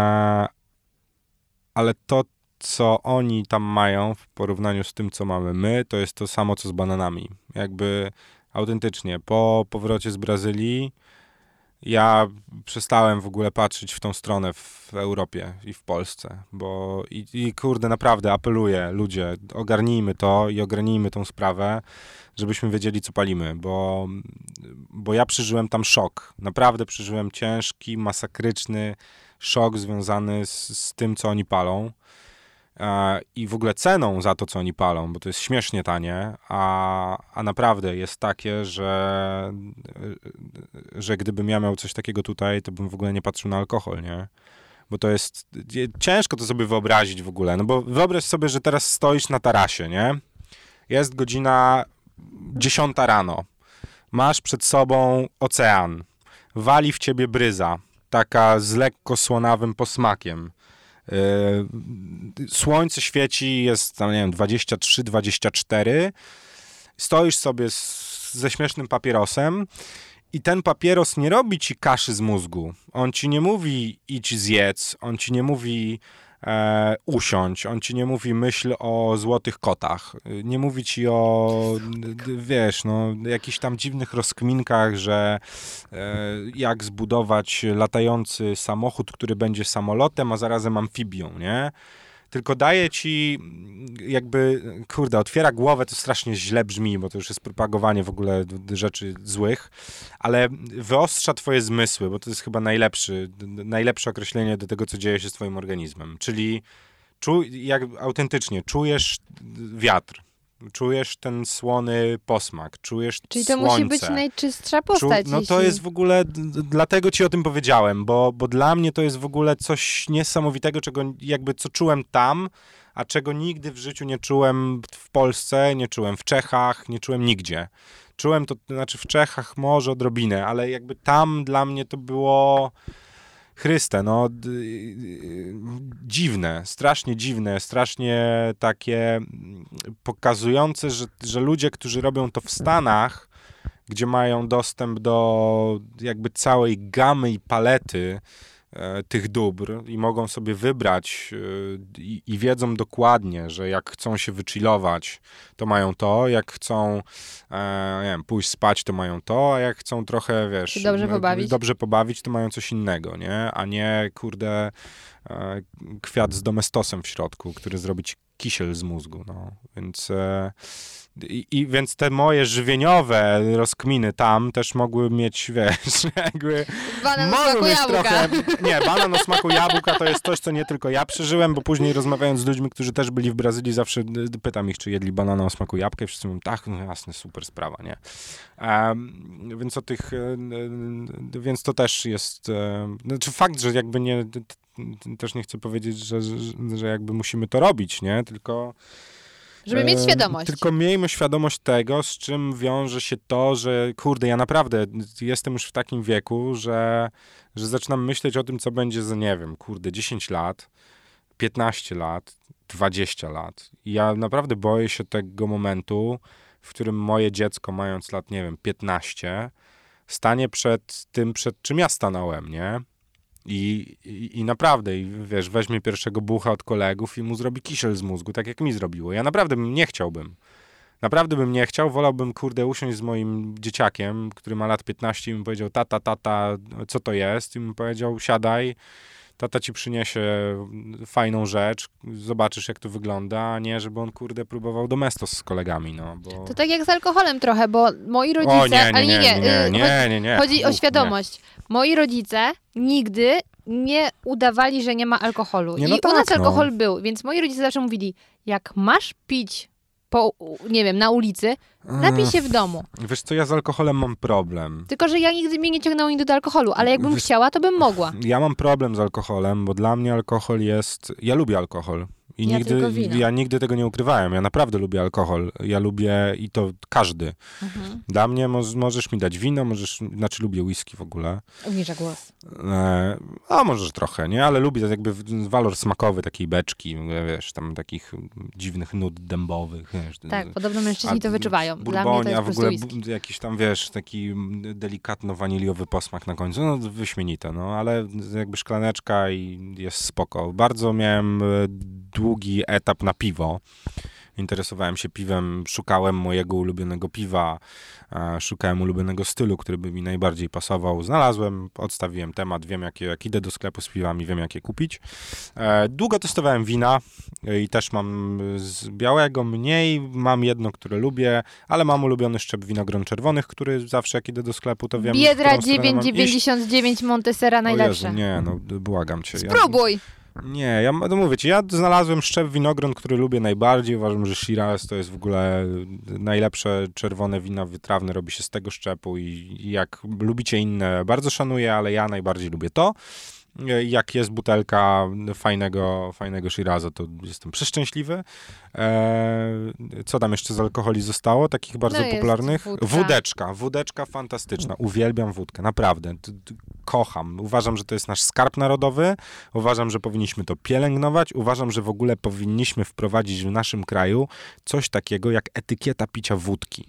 to, co oni tam mają w porównaniu z tym, co mamy my, to jest to samo, co z bananami. Jakby autentycznie. Po powrocie z Brazylii ja przestałem w ogóle patrzeć w tą stronę w Europie i w Polsce, bo kurde, naprawdę apeluję, ludzie, ogarnijmy to i ogarnijmy tą sprawę, żebyśmy wiedzieli, co palimy, bo ja przeżyłem tam szok. Naprawdę przeżyłem ciężki, masakryczny szok związany z tym, co oni palą. I w ogóle ceną za to, co oni palą, bo to jest śmiesznie tanie, a naprawdę jest takie, że gdybym ja miał coś takiego tutaj, to bym w ogóle nie patrzył na alkohol, nie? Bo to jest, ciężko to sobie wyobrazić w ogóle, no bo wyobraź sobie, że teraz stoisz na tarasie, nie? Jest godzina 10 rano. Masz przed sobą ocean. Wali w ciebie bryza, taka z lekko słonawym posmakiem. Słońce świeci, jest tam, nie wiem, 23, 24. Stoisz sobie ze śmiesznym papierosem i ten papieros nie robi ci kaszy z mózgu. On ci nie mówi idź zjedz, on ci nie mówi usiądź, on ci nie mówi myśl o złotych kotach. Nie mówi ci o, wiesz, no, jakichś tam dziwnych rozkminkach, że jak zbudować latający samochód, który będzie samolotem, a zarazem amfibią, nie? Tylko daje ci jakby, kurde, otwiera głowę, to strasznie źle brzmi, bo to już jest propagowanie w ogóle rzeczy złych, ale wyostrza twoje zmysły, bo to jest chyba najlepsze określenie do tego, co dzieje się z twoim organizmem. Czyli jak autentycznie czujesz wiatr, czujesz ten słony posmak, czujesz Czyli to słońce. musi być najczystsza postać. No to jest w ogóle, dlatego ci o tym powiedziałem, bo dla mnie to jest w ogóle coś niesamowitego, co czułem tam, a czego nigdy w życiu nie czułem w Polsce, nie czułem w Czechach, nie czułem nigdzie. Czułem to, znaczy w Czechach może odrobinę, ale jakby tam dla mnie to było... Chryste, no dziwne, strasznie takie pokazujące, że ludzie, którzy robią to w Stanach, gdzie mają dostęp do jakby całej gamy i palety tych dóbr i mogą sobie wybrać i wiedzą dokładnie, że jak chcą się wychillować, to mają to, jak chcą nie wiem, pójść spać, to mają to, a jak chcą trochę, wiesz, dobrze pobawić, to mają coś innego, nie? A nie, kurde, kwiat z domestosem w środku, który zrobi ci kisiel z mózgu, no. Więc... Więc te moje żywieniowe rozkminy tam też mogły mieć, wiesz, jakby... Banan o smaku jabłka. Nie, banan o smaku jabłka to jest coś, co nie tylko ja przeżyłem, bo później rozmawiając z ludźmi, którzy też byli w Brazylii, zawsze pytam ich, czy jedli banana o smaku jabłka i wszyscy mówią, tak, no jasne, super sprawa, nie? Więc to też jest... Znaczy fakt, że jakby nie... Też nie chcę powiedzieć, że jakby musimy to robić, nie? Tylko... Żeby mieć świadomość. Tylko miejmy świadomość tego, z czym wiąże się to, że kurde, ja naprawdę jestem już w takim wieku, że zaczynam myśleć o tym, co będzie za, nie wiem, kurde, 10 lat, 15 lat, 20 lat. I ja naprawdę boję się tego momentu, w którym moje dziecko, mając lat, nie wiem, 15, stanie przed tym, przed czym ja stanąłem, nie? I naprawdę, wiesz, weźmie pierwszego bucha od kolegów i mu zrobi kisiel z mózgu, tak jak mi zrobiło. Ja naprawdę nie chciałbym. Naprawdę bym nie chciał. Wolałbym, kurde, usiąść z moim dzieciakiem, który ma lat 15 i mi powiedział, tata, co to jest? I mi powiedział, siadaj, tata ci przyniesie fajną rzecz, zobaczysz, jak to wygląda, a nie, żeby on, kurde, próbował domestos z kolegami, no. Bo... To tak jak z alkoholem trochę, bo moi rodzice... Nie. Chodzi o świadomość. Moi rodzice nigdy nie udawali, że nie ma alkoholu. Nie, no I tak, u nas alkohol no. był, więc moi rodzice zawsze mówili, jak masz pić nie wiem, na ulicy, napij się w domu. Wiesz co, ja z alkoholem mam problem. Tylko, że ja nigdy mnie nie ciągnęło nigdy do alkoholu, ale jakbym chciała, to bym mogła. Ja mam problem z alkoholem, bo dla mnie alkohol jest... Ja lubię alkohol. I ja nigdy tego nie ukrywałem. Ja naprawdę lubię alkohol. Ja lubię i to każdy. Mhm. Dla mnie możesz mi dać wino, znaczy lubię whisky w ogóle. Obniża głos. A możesz trochę, nie? Ale lubię jakby walor smakowy takiej beczki, wiesz, tam takich dziwnych nut dębowych. Wiesz, tak, podobno mężczyźni to wyczuwają. Dla mnie to jest a w ogóle whisky. jakiś tam, wiesz, taki delikatno-waniliowy posmak na końcu. No wyśmienite, no, ale jakby szklaneczka i jest spoko. Bardzo miałem długi etap na piwo. Interesowałem się piwem, szukałem mojego ulubionego piwa, szukałem ulubionego stylu, który by mi najbardziej pasował. Znalazłem, odstawiłem temat, wiem jak idę do sklepu z piwami, wiem jak je kupić. Długo testowałem wina i też mam z białego mniej, mam jedno, które lubię, ale mam ulubiony szczep winogron czerwonych, który zawsze jak idę do sklepu, to wiem... Biedra 9,99 Montesera najlepsze. O Jezu, nie, no błagam cię. Spróbuj! Nie, ja mówię ci, ja znalazłem szczep winogron, który lubię najbardziej. Uważam, że Shiraz to jest w ogóle najlepsze czerwone wino wytrawne, robi się z tego szczepu i jak lubicie inne, bardzo szanuję, ale ja najbardziej lubię to. Jak jest butelka fajnego Shiraza, to jestem przeszczęśliwy. Co tam jeszcze z alkoholi zostało? Takich bardzo popularnych? Wódeczka fantastyczna. Uwielbiam wódkę, naprawdę. Kocham. Uważam, że to jest nasz skarb narodowy. Uważam, że powinniśmy to pielęgnować. Uważam, że w ogóle powinniśmy wprowadzić w naszym kraju coś takiego jak etykieta picia wódki.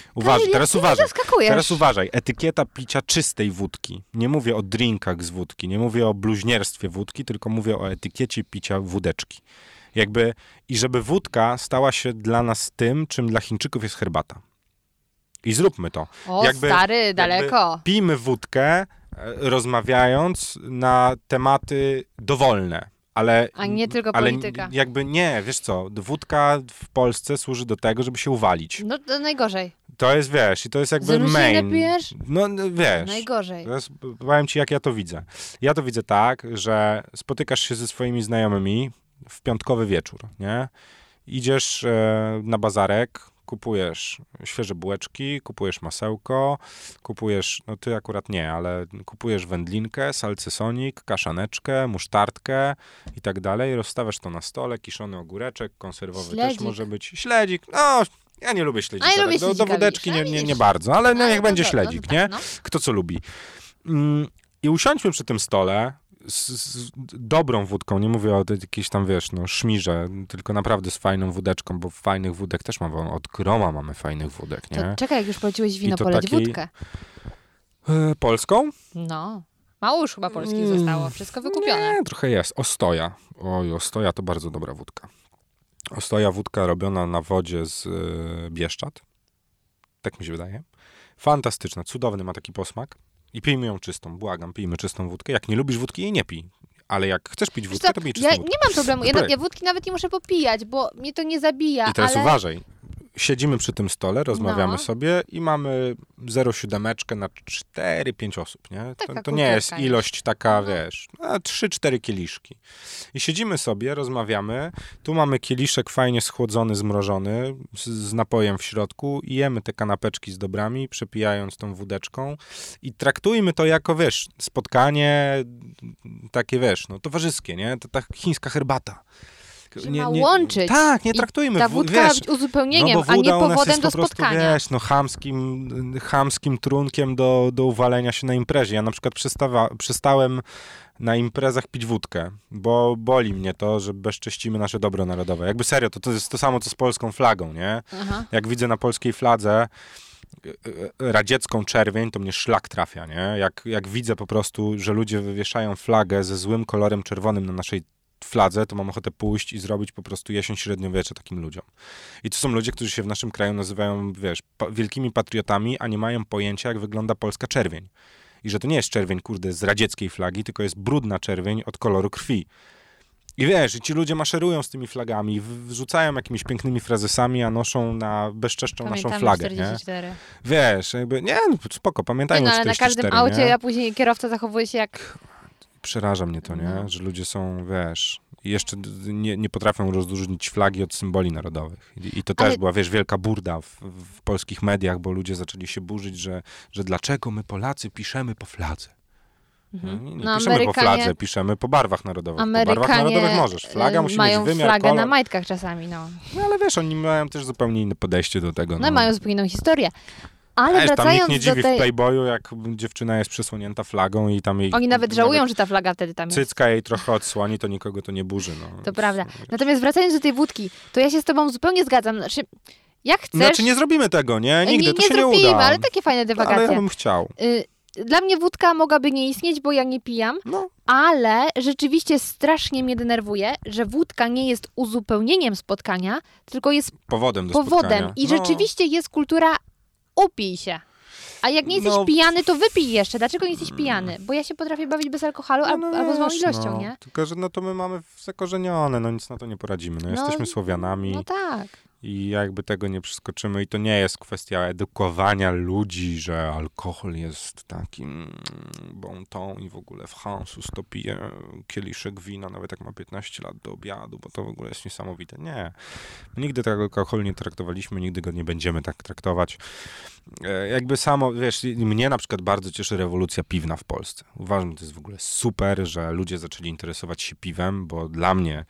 Teraz uważaj. Etykieta picia czystej wódki. Nie mówię o drinkach z wódki, nie mówię o bluźnierstwie wódki, tylko mówię o etykiecie picia wódeczki. I żeby wódka stała się dla nas tym, czym dla Chińczyków jest herbata. I zróbmy to. Stary, daleko. Pijmy wódkę, rozmawiając na tematy dowolne. A nie tylko polityka. Nie, wiesz co, wódka w Polsce służy do tego, żeby się uwalić. No to najgorzej. To jest, i to jest jakby main. Pijesz? No, wiesz. Najgorzej. Powiem ci, jak ja to widzę. Ja to widzę tak, że spotykasz się ze swoimi znajomymi w piątkowy wieczór, nie? Idziesz na bazarek, kupujesz świeże bułeczki, kupujesz masełko, kupujesz, no ty akurat nie, ale kupujesz wędlinkę, salcysonik, kaszaneczkę, musztardkę i tak dalej. Rozstawiasz to na stole, kiszony ogóreczek, konserwowy też może być. Śledzik, no... Ja nie lubię śledzika. Do wódeczki nie bardzo, ale niech będzie śledzik, nie? Kto co lubi. I usiądźmy przy tym stole z dobrą wódką, nie mówię o jakiejś tam, szmirze, tylko naprawdę z fajną wódeczką, bo fajnych wódek też mamy, od Groma mamy fajnych wódek, nie? To czekaj, jak już poleciłeś wino, poleć wódkę. Polską? No. Mało już chyba polskich zostało, wszystko wykupione. Nie, trochę jest. Ostoja. Ostoja to bardzo dobra wódka. Ostoja wódka robiona na wodzie z Bieszczad. Tak mi się wydaje. Fantastyczna, cudowny ma taki posmak. I pijmy ją czystą, błagam, pijmy czystą wódkę. Jak nie lubisz wódki, jej nie pij. Ale jak chcesz pić wódkę, to pij czystą wódkę. Ja nie mam problemu, ja wódki nawet nie muszę popijać, bo mnie to nie zabija. I teraz uważaj. Siedzimy przy tym stole, rozmawiamy sobie i mamy 0,7 na 4-5 osób, nie? To nie jest ilość taka, 3-4 kieliszki. I siedzimy sobie, rozmawiamy, tu mamy kieliszek fajnie schłodzony, zmrożony, z napojem w środku i jemy te kanapeczki z dobrami, przepijając tą wódeczką i traktujmy to jako, spotkanie takie, towarzyskie, nie? To ta chińska herbata. Że ma łączyć. Tak, nie traktujmy. Ta wódka ma być uzupełnieniem, a nie powodem do spotkania. Chamskim trunkiem do uwalenia się na imprezie. Ja na przykład przestałem na imprezach pić wódkę, bo boli mnie to, że bezcześcimy nasze dobro narodowe. Jakby serio, to jest to samo, co z polską flagą, nie? Aha. Jak widzę na polskiej fladze radziecką czerwień, to mnie szlak trafia, nie? Jak widzę po prostu, że ludzie wywieszają flagę ze złym kolorem czerwonym na naszej fladze, to mam ochotę pójść i zrobić po prostu jesień średniowiecze takim ludziom. I to są ludzie, którzy się w naszym kraju nazywają, wielkimi patriotami, a nie mają pojęcia, jak wygląda polska czerwień. I że to nie jest czerwień, z radzieckiej flagi, tylko jest brudna czerwień od koloru krwi. I i ci ludzie maszerują z tymi flagami, wrzucają jakimiś pięknymi frazesami, a bezczeszczą naszą flagę. 44. Nie? Spoko, pamiętajmy 44. Ale na każdym aucie, a później kierowca zachowuje się jak... Przeraża mnie to, nie? Że ludzie są, i jeszcze nie potrafią rozróżnić flagi od symboli narodowych. I to też była, wielka burda w polskich mediach, bo ludzie zaczęli się burzyć, że dlaczego my Polacy piszemy po fladze. Nie piszemy po fladze, piszemy po barwach narodowych. Po barwach narodowych możesz. Flaga musi mieć wymiar, flagę kolor. na majtkach czasami, No ale oni mają też zupełnie inne podejście do tego. Mają zupełnie inną historię. Ale tam nikt nie dziwi w Playboyu, jak dziewczyna jest przysłonięta flagą i tam jej... Oni nawet żałują, że ta flaga wtedy tam jest. Cycka jej trochę odsłoni, to nikogo to nie burzy. To prawda. Natomiast wracając do tej wódki, to ja się z tobą zupełnie zgadzam. Jak chcesz... nie zrobimy tego, nie? Nigdy, to się nie uda. Nie zrobimy, ale takie fajne dywagacje. Ale ja bym chciał. Dla mnie wódka mogłaby nie istnieć, bo ja nie pijam, ale rzeczywiście strasznie mnie denerwuje, że wódka nie jest uzupełnieniem spotkania, tylko jest powodem do spotkania. I rzeczywiście jest kultura upij się. A jak nie jesteś pijany, to wypij jeszcze. Dlaczego nie jesteś pijany? Bo ja się potrafię bawić bez alkoholu albo z małą ilością, nie? Tylko, że to my mamy zakorzenione, nic na to nie poradzimy. Jesteśmy Słowianami. No tak. I jakby tego nie przeskoczymy i to nie jest kwestia edukowania ludzi, że alkohol jest takim bon ton i w ogóle w Hansus to pije kieliszek wina, nawet jak ma 15 lat do obiadu, bo to w ogóle jest niesamowite. Nie. Nigdy tego alkoholu nie traktowaliśmy, nigdy go nie będziemy tak traktować. Jakby samo, wiesz, mnie na przykład bardzo cieszy rewolucja piwna w Polsce. Uważam, że to jest w ogóle super, że ludzie zaczęli interesować się piwem, bo dla mnie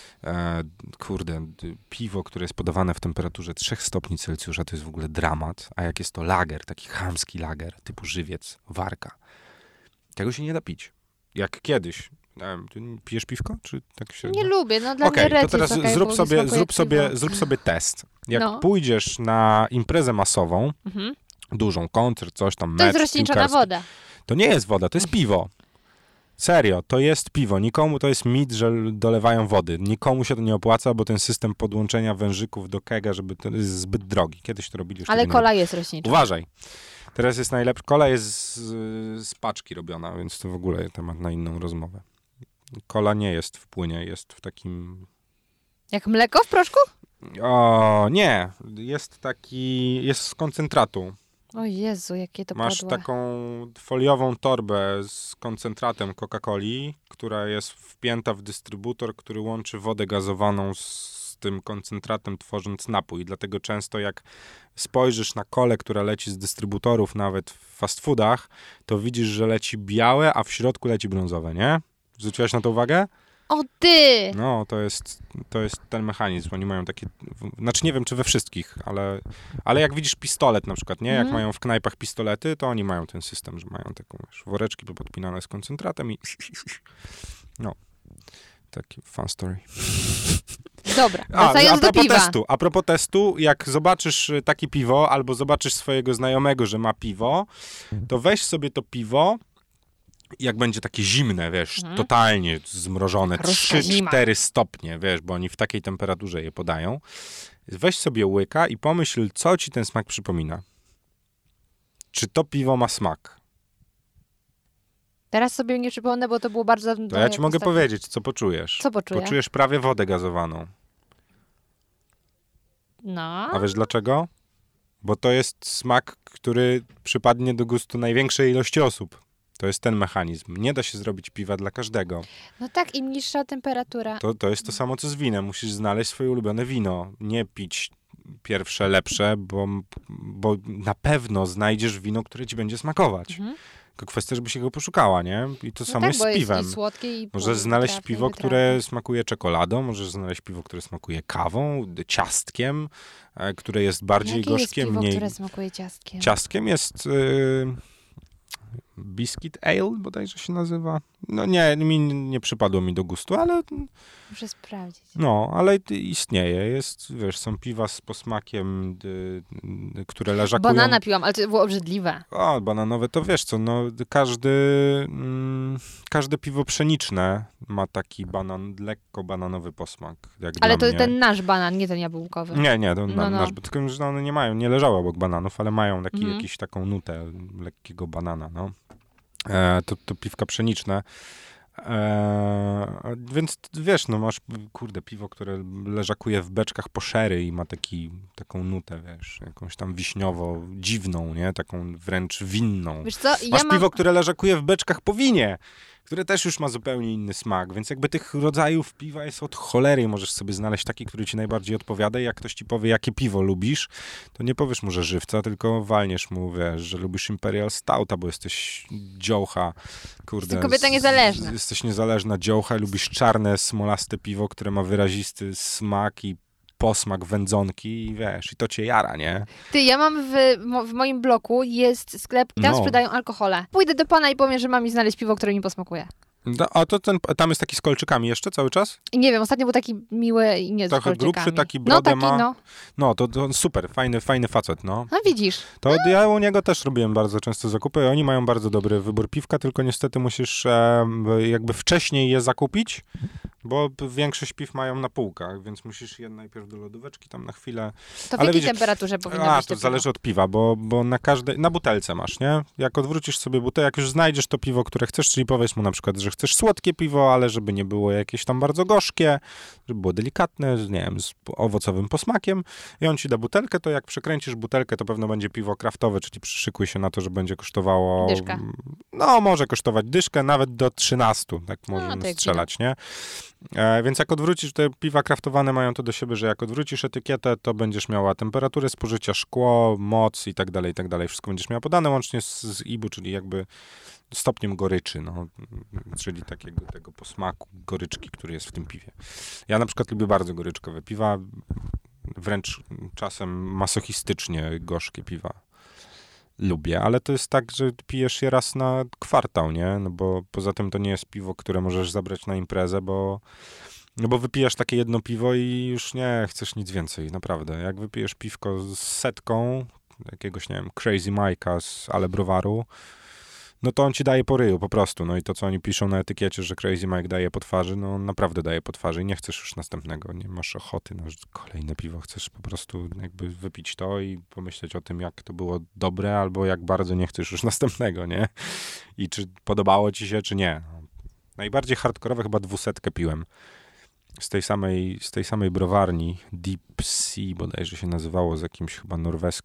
piwo, które jest podawane w temperaturze 3 stopni Celsjusza, to jest w ogóle dramat, a jak jest to lager, taki chamski lager, typu Żywiec, Warka, tego się nie da pić. Jak kiedyś. Ty pijesz piwko? Czy tak się... Nie lubię, no dla mnie Okej, Red to teraz jest zrób sobie test. Jak pójdziesz na imprezę masową, dużą, koncert, coś tam, to mecz jest rozcieńczona woda. To nie jest woda, to jest piwo. Serio, to jest piwo. Nikomu to jest mit, że dolewają wody. Nikomu się to nie opłaca, bo ten system podłączenia wężyków do kega, żeby to jest zbyt drogi. Kiedyś to robili już. Ale kola jest rozcieńczona. Uważaj. Teraz jest najlepsza. Kola jest z paczki robiona, więc to w ogóle temat na inną rozmowę. Kola nie jest w płynie, jest w takim... Jak mleko w proszku? O, nie. Jest z koncentratu. O Jezu, jakie to Masz podłe. taką foliową torbę z koncentratem Coca-Coli, która jest wpięta w dystrybutor, który łączy wodę gazowaną z tym koncentratem, tworząc napój. Dlatego często jak spojrzysz na kolę, która leci z dystrybutorów, nawet w fast foodach, to widzisz, że leci białe, a w środku leci brązowe, nie? Zwróciłaś na to uwagę? O ty! No, to jest ten mechanizm. Oni mają takie... Znaczy nie wiem, czy we wszystkich, ale jak widzisz pistolet na przykład, nie? Jak mają w knajpach pistolety, to oni mają ten system, że mają taką, wiesz, woreczki podpinane z koncentratem i... No. Taki fun story. Dobra, wracając do piwa. A propos testu, jak zobaczysz takie piwo, albo zobaczysz swojego znajomego, że ma piwo, to weź sobie to piwo, jak będzie takie zimne, wiesz, totalnie zmrożone, 3-4 stopnie, wiesz, bo oni w takiej temperaturze je podają. Weź sobie łyka i pomyśl, co ci ten smak przypomina. Czy to piwo ma smak? Teraz sobie nie przypomnę, bo to było bardzo dawno. To ja ci mogę powiedzieć, co poczujesz. Co poczuję? Poczujesz prawie wodę gazowaną. No. A wiesz dlaczego? Bo to jest smak, który przypadnie do gustu największej ilości osób. To jest ten mechanizm. Nie da się zrobić piwa dla każdego. No tak, im niższa temperatura. To jest to samo, co z winem. Musisz znaleźć swoje ulubione wino. Nie pić pierwsze, lepsze, bo na pewno znajdziesz wino, które ci będzie smakować. Tylko kwestia, żeby się go poszukała, nie? I to samo jest z piwem. Jest i słodkie, i możesz znaleźć piwo, które smakuje czekoladą, możesz znaleźć piwo, które smakuje kawą, ciastkiem, które jest bardziej Jakie gorzkie, jest piwo, mniej... które smakuje ciastkiem? Ciastkiem jest... Biscuit Ale bodajże się nazywa. No nie przypadło mi do gustu, ale... Muszę sprawdzić. No, ale istnieje. Wiesz, są piwa z posmakiem, które leżakują... Banana piłam, ale to było obrzydliwe. O, bananowe to wiesz co, no każde piwo pszeniczne ma taki lekko bananowy posmak. Jak Ale dla to mnie. Ten nasz banan, nie ten jabłkowy. Nie, to nasz, tylko że one nie leżały obok bananów, ale mają jakąś taką nutę lekkiego banana, no. To piwka pszeniczne. Więc wiesz, no masz, piwo, które leżakuje w beczkach po sherry i ma taką nutę, wiesz, jakąś tam wiśniowo-dziwną, nie? Taką wręcz winną. Wiesz co? Masz piwo, które leżakuje w beczkach po winie, które też już ma zupełnie inny smak, więc jakby tych rodzajów piwa jest od cholery i możesz sobie znaleźć taki, który ci najbardziej odpowiada i jak ktoś ci powie, jakie piwo lubisz, to nie powiesz mu, że żywca, tylko walniesz mu, wiesz, że lubisz Imperial Stouta, bo jesteś dziołcha, kurde. Kobieta niezależna. Jesteś niezależna dziołcha i lubisz czarne, smolaste piwo, które ma wyrazisty smak i posmak wędzonki i wiesz, i to cię jara, nie? Ty, ja mam w moim bloku jest sklep i tam sprzedają alkohole. Pójdę do pana i powiem, że mam mi znaleźć piwo, które mi posmakuje. A to tam jest taki z kolczykami jeszcze cały czas? Nie wiem, ostatnio był taki miły i nie z trochę kolczykami. grubszy, taki brodę ma. No. No, to super, fajny facet, no. No widzisz. To ja u niego też robiłem bardzo często zakupy. Oni mają bardzo dobry wybór piwka, tylko niestety musisz jakby wcześniej je zakupić, Bo większość piw mają na półkach, więc musisz je najpierw do lodóweczki tam na chwilę. To w jakiej temperaturze powinno być to to zależy od piwa, bo na butelce masz, nie? Jak odwrócisz sobie butelkę, jak już znajdziesz to piwo, które chcesz, czyli powiesz mu na przykład, że chcesz słodkie piwo, ale żeby nie było jakieś tam bardzo gorzkie, żeby było delikatne, nie wiem, z owocowym posmakiem i on ci da butelkę, to jak przekręcisz butelkę, to pewno będzie piwo kraftowe, czyli przyszykuj się na to, że będzie kosztowało... Dyszka. No, może kosztować dyszkę, nawet do 13, tak możemy strzelać, nie? Więc jak odwrócisz, te piwa kraftowane mają to do siebie, że jak odwrócisz etykietę, to będziesz miała temperaturę spożycia, szkło, moc i tak dalej, i tak dalej. Wszystko będziesz miała podane łącznie z IBU, czyli jakby stopniem goryczy, no, czyli takiego tego posmaku goryczki, który jest w tym piwie. Ja na przykład lubię bardzo goryczkowe piwa, wręcz czasem masochistycznie gorzkie piwa. Lubię, ale to jest tak, że pijesz je raz na kwartał, nie? No bo poza tym to nie jest piwo, które możesz zabrać na imprezę, bo wypijasz takie jedno piwo i już nie chcesz nic więcej, naprawdę. Jak wypijesz piwko z setką, jakiegoś, nie wiem, Crazy Mike'a z Ale Browaru, no to on ci daje po ryju, po prostu. No i to, co oni piszą na etykiecie, że Crazy Mike daje po twarzy, no on naprawdę daje po twarzy i nie chcesz już następnego, nie masz ochoty na kolejne piwo. Chcesz po prostu jakby wypić to i pomyśleć o tym, jak to było dobre, albo jak bardzo nie chcesz już następnego, nie? I czy podobało ci się, czy nie. Najbardziej hardkorowe chyba 200 piłem. Z tej samej browarni, Deep Sea bodajże się nazywało, z jakimś chyba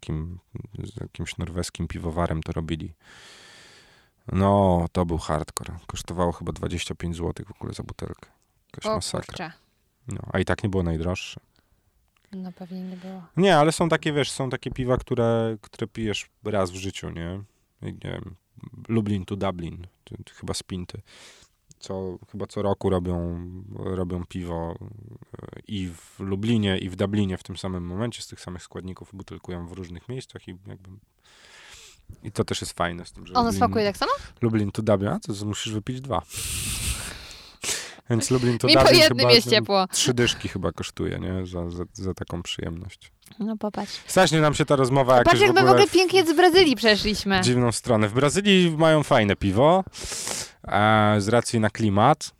norweskim piwowarem to robili. No, to był hardcore. Kosztowało chyba 25 zł w ogóle za butelkę. Jakaś masakra. No, a i tak nie było najdroższe. No pewnie nie było. Nie, ale są takie, wiesz, są takie piwa, które pijesz raz w życiu, nie? Nie wiem, Lublin to Dublin, chyba z Pinty. Chyba co roku robią piwo i w Lublinie, i w Dublinie w tym samym momencie, z tych samych składników butelkują w różnych miejscach i jakby... I to też jest fajne z tym, że... Ono smakuje tak samo? Lublin to Dublin, a to musisz wypić 2. Więc Lublin to Mi Dublin po jednym chyba jest ciepło. 3 dyszki chyba kosztuje, nie? Za taką przyjemność. No popatrz. Strasznie nam się ta rozmowa jakoś Patrz, jak my w ogóle pięknie z Brazylii przeszliśmy. Dziwną stronę. W Brazylii mają fajne piwo z racji na klimat.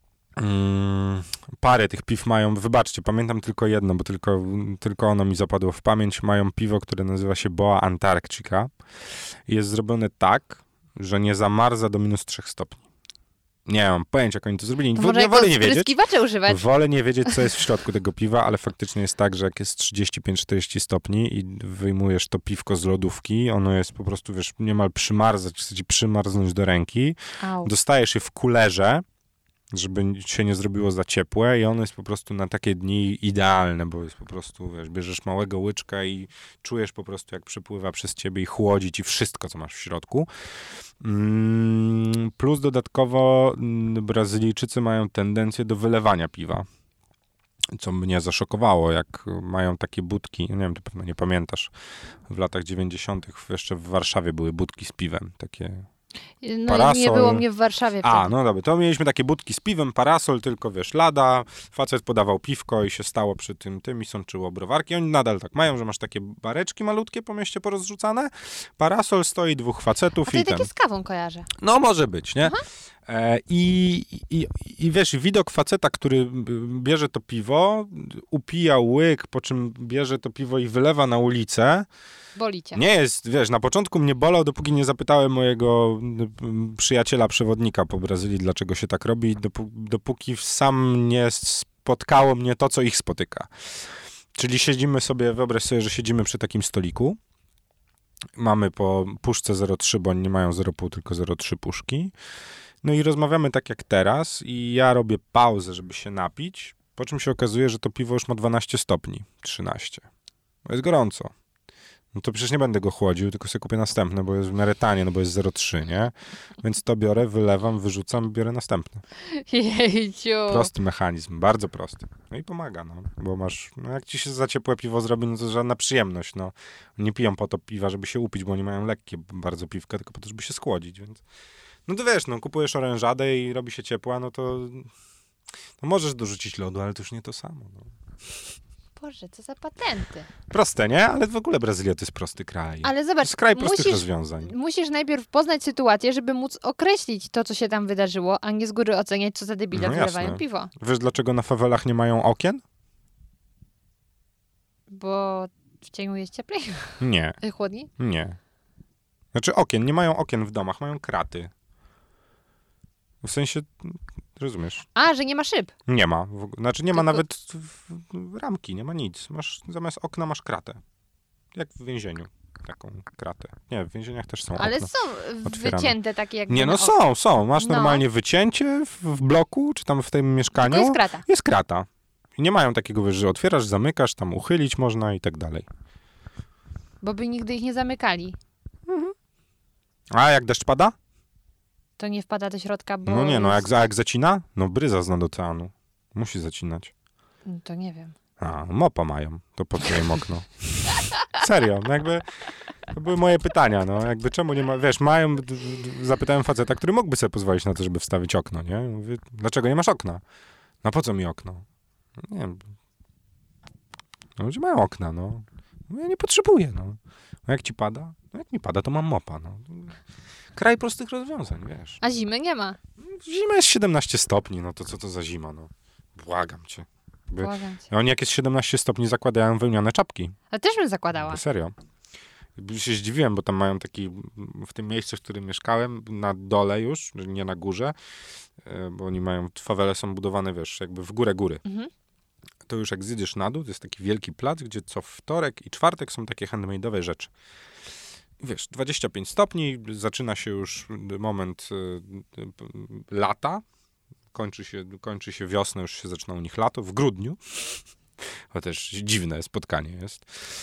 Parę tych piw mają, wybaczcie, pamiętam tylko jedno, bo tylko ono mi zapadło w pamięć. Mają piwo, które nazywa się Boa Antarctica. Jest zrobione tak, że nie zamarza do -3 stopni. Nie mam pojęcia, jak oni to zrobili. Może wolę nie wiedzieć. Używać. Wolę nie wiedzieć, co jest w środku tego piwa, ale faktycznie jest tak, że jak jest 35-40 stopni i wyjmujesz to piwko z lodówki, ono jest po prostu, wiesz, niemal chce ci przymarznąć do ręki. Au. Dostajesz je w kulerze, żeby się nie zrobiło za ciepłe i ono jest po prostu na takie dni idealne, bo jest po prostu, wiesz, bierzesz małego łyczka i czujesz po prostu, jak przepływa przez ciebie i chłodzi ci wszystko, co masz w środku. Plus dodatkowo Brazylijczycy mają tendencję do wylewania piwa, co mnie zaszokowało, jak mają takie budki, nie wiem, ty pewno nie pamiętasz, w latach 90. jeszcze w Warszawie były budki z piwem, takie... No parasol. i nie było mnie w Warszawie wtedy. No dobra, to mieliśmy takie budki z piwem, parasol, tylko wiesz, lada, facet podawał piwko i się stało przy tym i sączyło browarki. Oni nadal tak mają, że masz takie bareczki malutkie po mieście porozrzucane, parasol, stoi 2 facetów. A to i takie z kawą kojarzę. No może być, nie? I wiesz, widok faceta, który bierze to piwo, upija łyk, po czym bierze to piwo i wylewa na ulicę. Boli cię. Nie jest, wiesz, na początku mnie bolał, dopóki nie zapytałem mojego przyjaciela, przewodnika po Brazylii, dlaczego się tak robi, dopóki sam nie spotkało mnie to, co ich spotyka. Czyli siedzimy sobie, wyobraź sobie, że siedzimy przy takim stoliku, mamy po puszce 0,3, bo oni nie mają 0,5, tylko 0,3 puszki. No i rozmawiamy tak jak teraz i ja robię pauzę, żeby się napić, po czym się okazuje, że to piwo już ma 12 stopni, 13. Bo jest gorąco. No to przecież nie będę go chłodził, tylko sobie kupię następne, bo jest w miarę tanie, no bo jest 0,3, nie? Więc to biorę, wylewam, wyrzucam, biorę następne. Jejciu. Prosty mechanizm, bardzo prosty. No i pomaga, no. Bo masz, no jak ci się za ciepłe piwo zrobi, no to żadna przyjemność, no. Nie piją po to piwa, żeby się upić, bo oni mają lekkie bardzo piwka, tylko po to, żeby się schłodzić, więc... No to wiesz, no kupujesz orężadę i robi się ciepła, no to... No możesz dorzucić lodu, ale to już nie to samo, no. Boże, co za patenty. Proste, nie? Ale w ogóle Brazylia to jest prosty kraj. Ale To zobacz, jest kraj prostych rozwiązań. musisz najpierw poznać sytuację, żeby móc określić to, co się tam wydarzyło, a nie z góry oceniać, co za debile wylewają jasne. piwo. Wiesz, dlaczego na fawelach nie mają okien? Bo w cieniu jest cieplej? Nie, Chłodniej? nie. Znaczy okien, nie mają okien w domach, mają kraty. W sensie, rozumiesz? A, że nie ma szyb. Nie ma. Znaczy nie ma Tylko- nawet ramki, nie ma nic. Zamiast okna masz kratę. Jak w więzieniu. Taką kratę. Nie, w więzieniach też są Ale okna. są otwierane. wycięte takie jak Nie, no na są. Masz No. normalnie wycięcie w bloku, czy tam w tym mieszkaniu. Tylko jest krata. Jest krata. I nie mają takiego, wiesz, że otwierasz, zamykasz, tam uchylić można i tak dalej. Bo by nigdy ich nie zamykali. A jak deszcz pada? To nie wpada do środka, bo... No nie, no jest- jak zacina? No bryza z nad oceanu. Musi zacinać. No to nie wiem. A, mopa mają. To po co im okno? Serio, no jakby... To były moje pytania, no jakby czemu nie ma... Wiesz, zapytałem faceta, który mógłby sobie pozwolić na to, żeby wstawić okno, nie? Mówię, dlaczego nie masz okna? No po co mi okno? Nie wiem. No ludzie mają okna, no. No ja nie potrzebuję, no. No jak ci pada? No jak mi pada, to mam mopa, no. Kraj prostych rozwiązań, wiesz. A zimy nie ma. Zima jest 17 stopni, no to co to za zima, no. Błagam cię. Błagam cię. Oni jak jest 17 stopni zakładają wełniane czapki. Ale też bym zakładała. Serio. Się zdziwiłem, bo tam mają taki, w tym miejscu, w którym mieszkałem, na dole już, nie na górze, bo oni mają, fawele są budowane, wiesz, jakby w górę góry. Mhm. To już jak zjedziesz na dół, to jest taki wielki plac, gdzie co wtorek i czwartek są takie handmade'owe rzeczy. Wiesz, 25 stopni, zaczyna się już moment lata, kończy się wiosna, już się zaczyna u nich lato, w grudniu. To też dziwne spotkanie jest.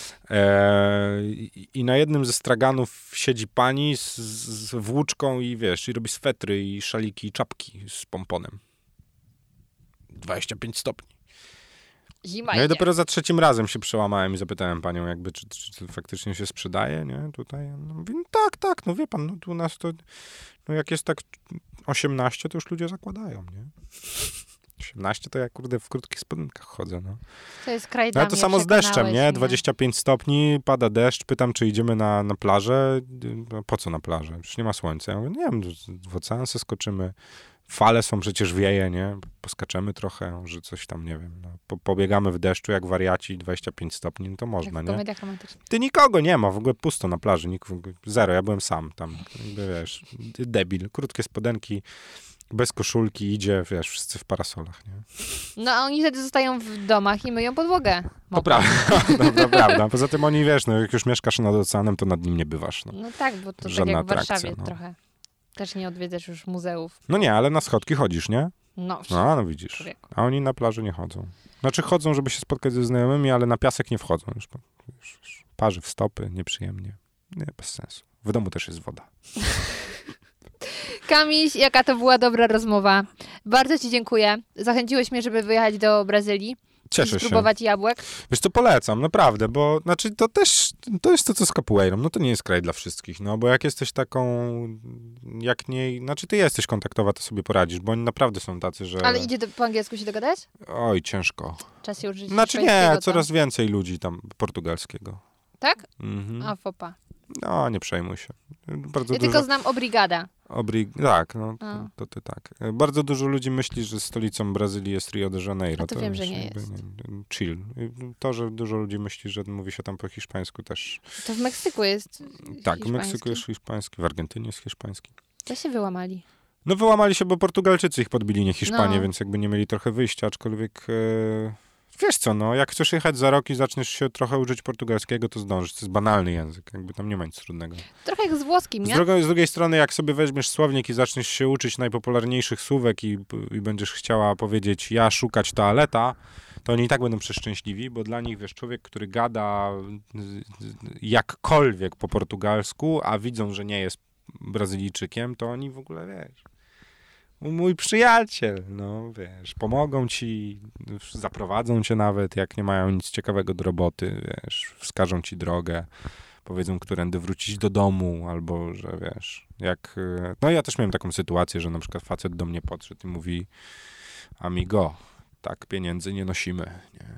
I na jednym ze straganów siedzi pani z włóczką i wiesz, i robi swetry i szaliki i czapki z pomponem. 25 stopni. Zima No i idzie. dopiero za trzecim razem się przełamałem i zapytałem panią, jakby, czy to faktycznie się sprzedaje, nie, tutaj. No, mówi, no tak, no wie pan, no tu u nas to, no jak jest tak 18, to już ludzie zakładają, nie. 18 to ja, kurde, w krótkich spodenkach chodzę, no. To jest kraj No dla ale to mnie, samo z deszczem, przekonałeś nie? mnie. 25 stopni, pada deszcz, pytam, czy idziemy na plażę. No, po co na plażę? Już nie ma słońca. Ja mówię, nie wiem, w ocean se skoczymy. Fale są, przecież wieje, nie? Poskaczemy trochę, że coś tam, nie wiem. No, pobiegamy w deszczu jak wariaci, 25 stopni, no to można, Jak w nie? komediach romantycznych. Ty nikogo nie ma, w ogóle pusto na plaży, zero, ja byłem sam tam, jakby, wiesz, debil, krótkie spodenki, bez koszulki, idzie, wiesz, wszyscy w parasolach, nie? No a oni wtedy zostają w domach i myją podłogę. To prawda, to prawda. Poza tym oni, wiesz, no jak już mieszkasz nad oceanem, to nad nim nie bywasz, no. No tak, bo to Żadna tak jak w atrakcja, Warszawie no. trochę. Też nie odwiedzasz już muzeów. No nie, ale na schodki chodzisz, nie? No, No widzisz. człowieku. A oni na plaży nie chodzą. Znaczy chodzą, żeby się spotkać ze znajomymi, ale na piasek nie wchodzą. Już parzy w stopy, nieprzyjemnie. Nie, bez sensu. W domu też jest woda. Kamiś, jaka to była dobra rozmowa. Bardzo ci dziękuję. Zachęciłeś mnie, żeby wyjechać do Brazylii Cieszę i się. spróbować jabłek. Wiesz, to polecam, naprawdę, bo znaczy to jest to, co z capoeirą. No to nie jest kraj dla wszystkich, no bo jak jesteś taką, jak nie, znaczy ty jesteś kontaktowa, to sobie poradzisz, bo oni naprawdę są tacy, że... Ale idzie po angielsku się dogadać? Oj, ciężko. Czas się użyć Znaczy nie, szwedzkiego, co? coraz więcej ludzi tam portugalskiego. Tak? Mhm. A, fopa. No, nie przejmuj się. Bardzo Ja dużo... tylko znam Obrigada. Tak, no A. to ty tak. Bardzo dużo ludzi myśli, że stolicą Brazylii jest Rio de Janeiro. A to wiem, że wiesz, nie jakby jest. Chill. To, że dużo ludzi myśli, że mówi się tam po hiszpańsku też. To w Meksyku jest Tak, w hiszpański. Meksyku jest hiszpański, w Argentynie jest hiszpański. To się wyłamali. No wyłamali się, bo Portugalczycy ich podbili, nie Hiszpanie, No. więc jakby nie mieli trochę wyjścia, aczkolwiek wiesz co, no jak chcesz jechać za rok i zaczniesz się trochę uczyć portugalskiego, to zdążysz. To jest banalny język, jakby tam nie ma nic trudnego. Trochę jak z włoskim, nie? Z drugiej strony, jak sobie weźmiesz słownik i zaczniesz się uczyć najpopularniejszych słówek i będziesz chciała powiedzieć ja szukać toaleta, to oni i tak będą przeszczęśliwi, bo dla nich, wiesz, człowiek, który gada jakkolwiek po portugalsku, a widzą, że nie jest Brazylijczykiem, to oni w ogóle, wiesz, mój przyjaciel, no wiesz, pomogą ci, zaprowadzą cię nawet, jak nie mają nic ciekawego do roboty, wiesz, wskażą ci drogę, powiedzą, którędy wrócić do domu, albo, że wiesz, jak... No ja też miałem taką sytuację, że na przykład facet do mnie podszedł i mówi amigo, tak, pieniędzy nie nosimy, nie?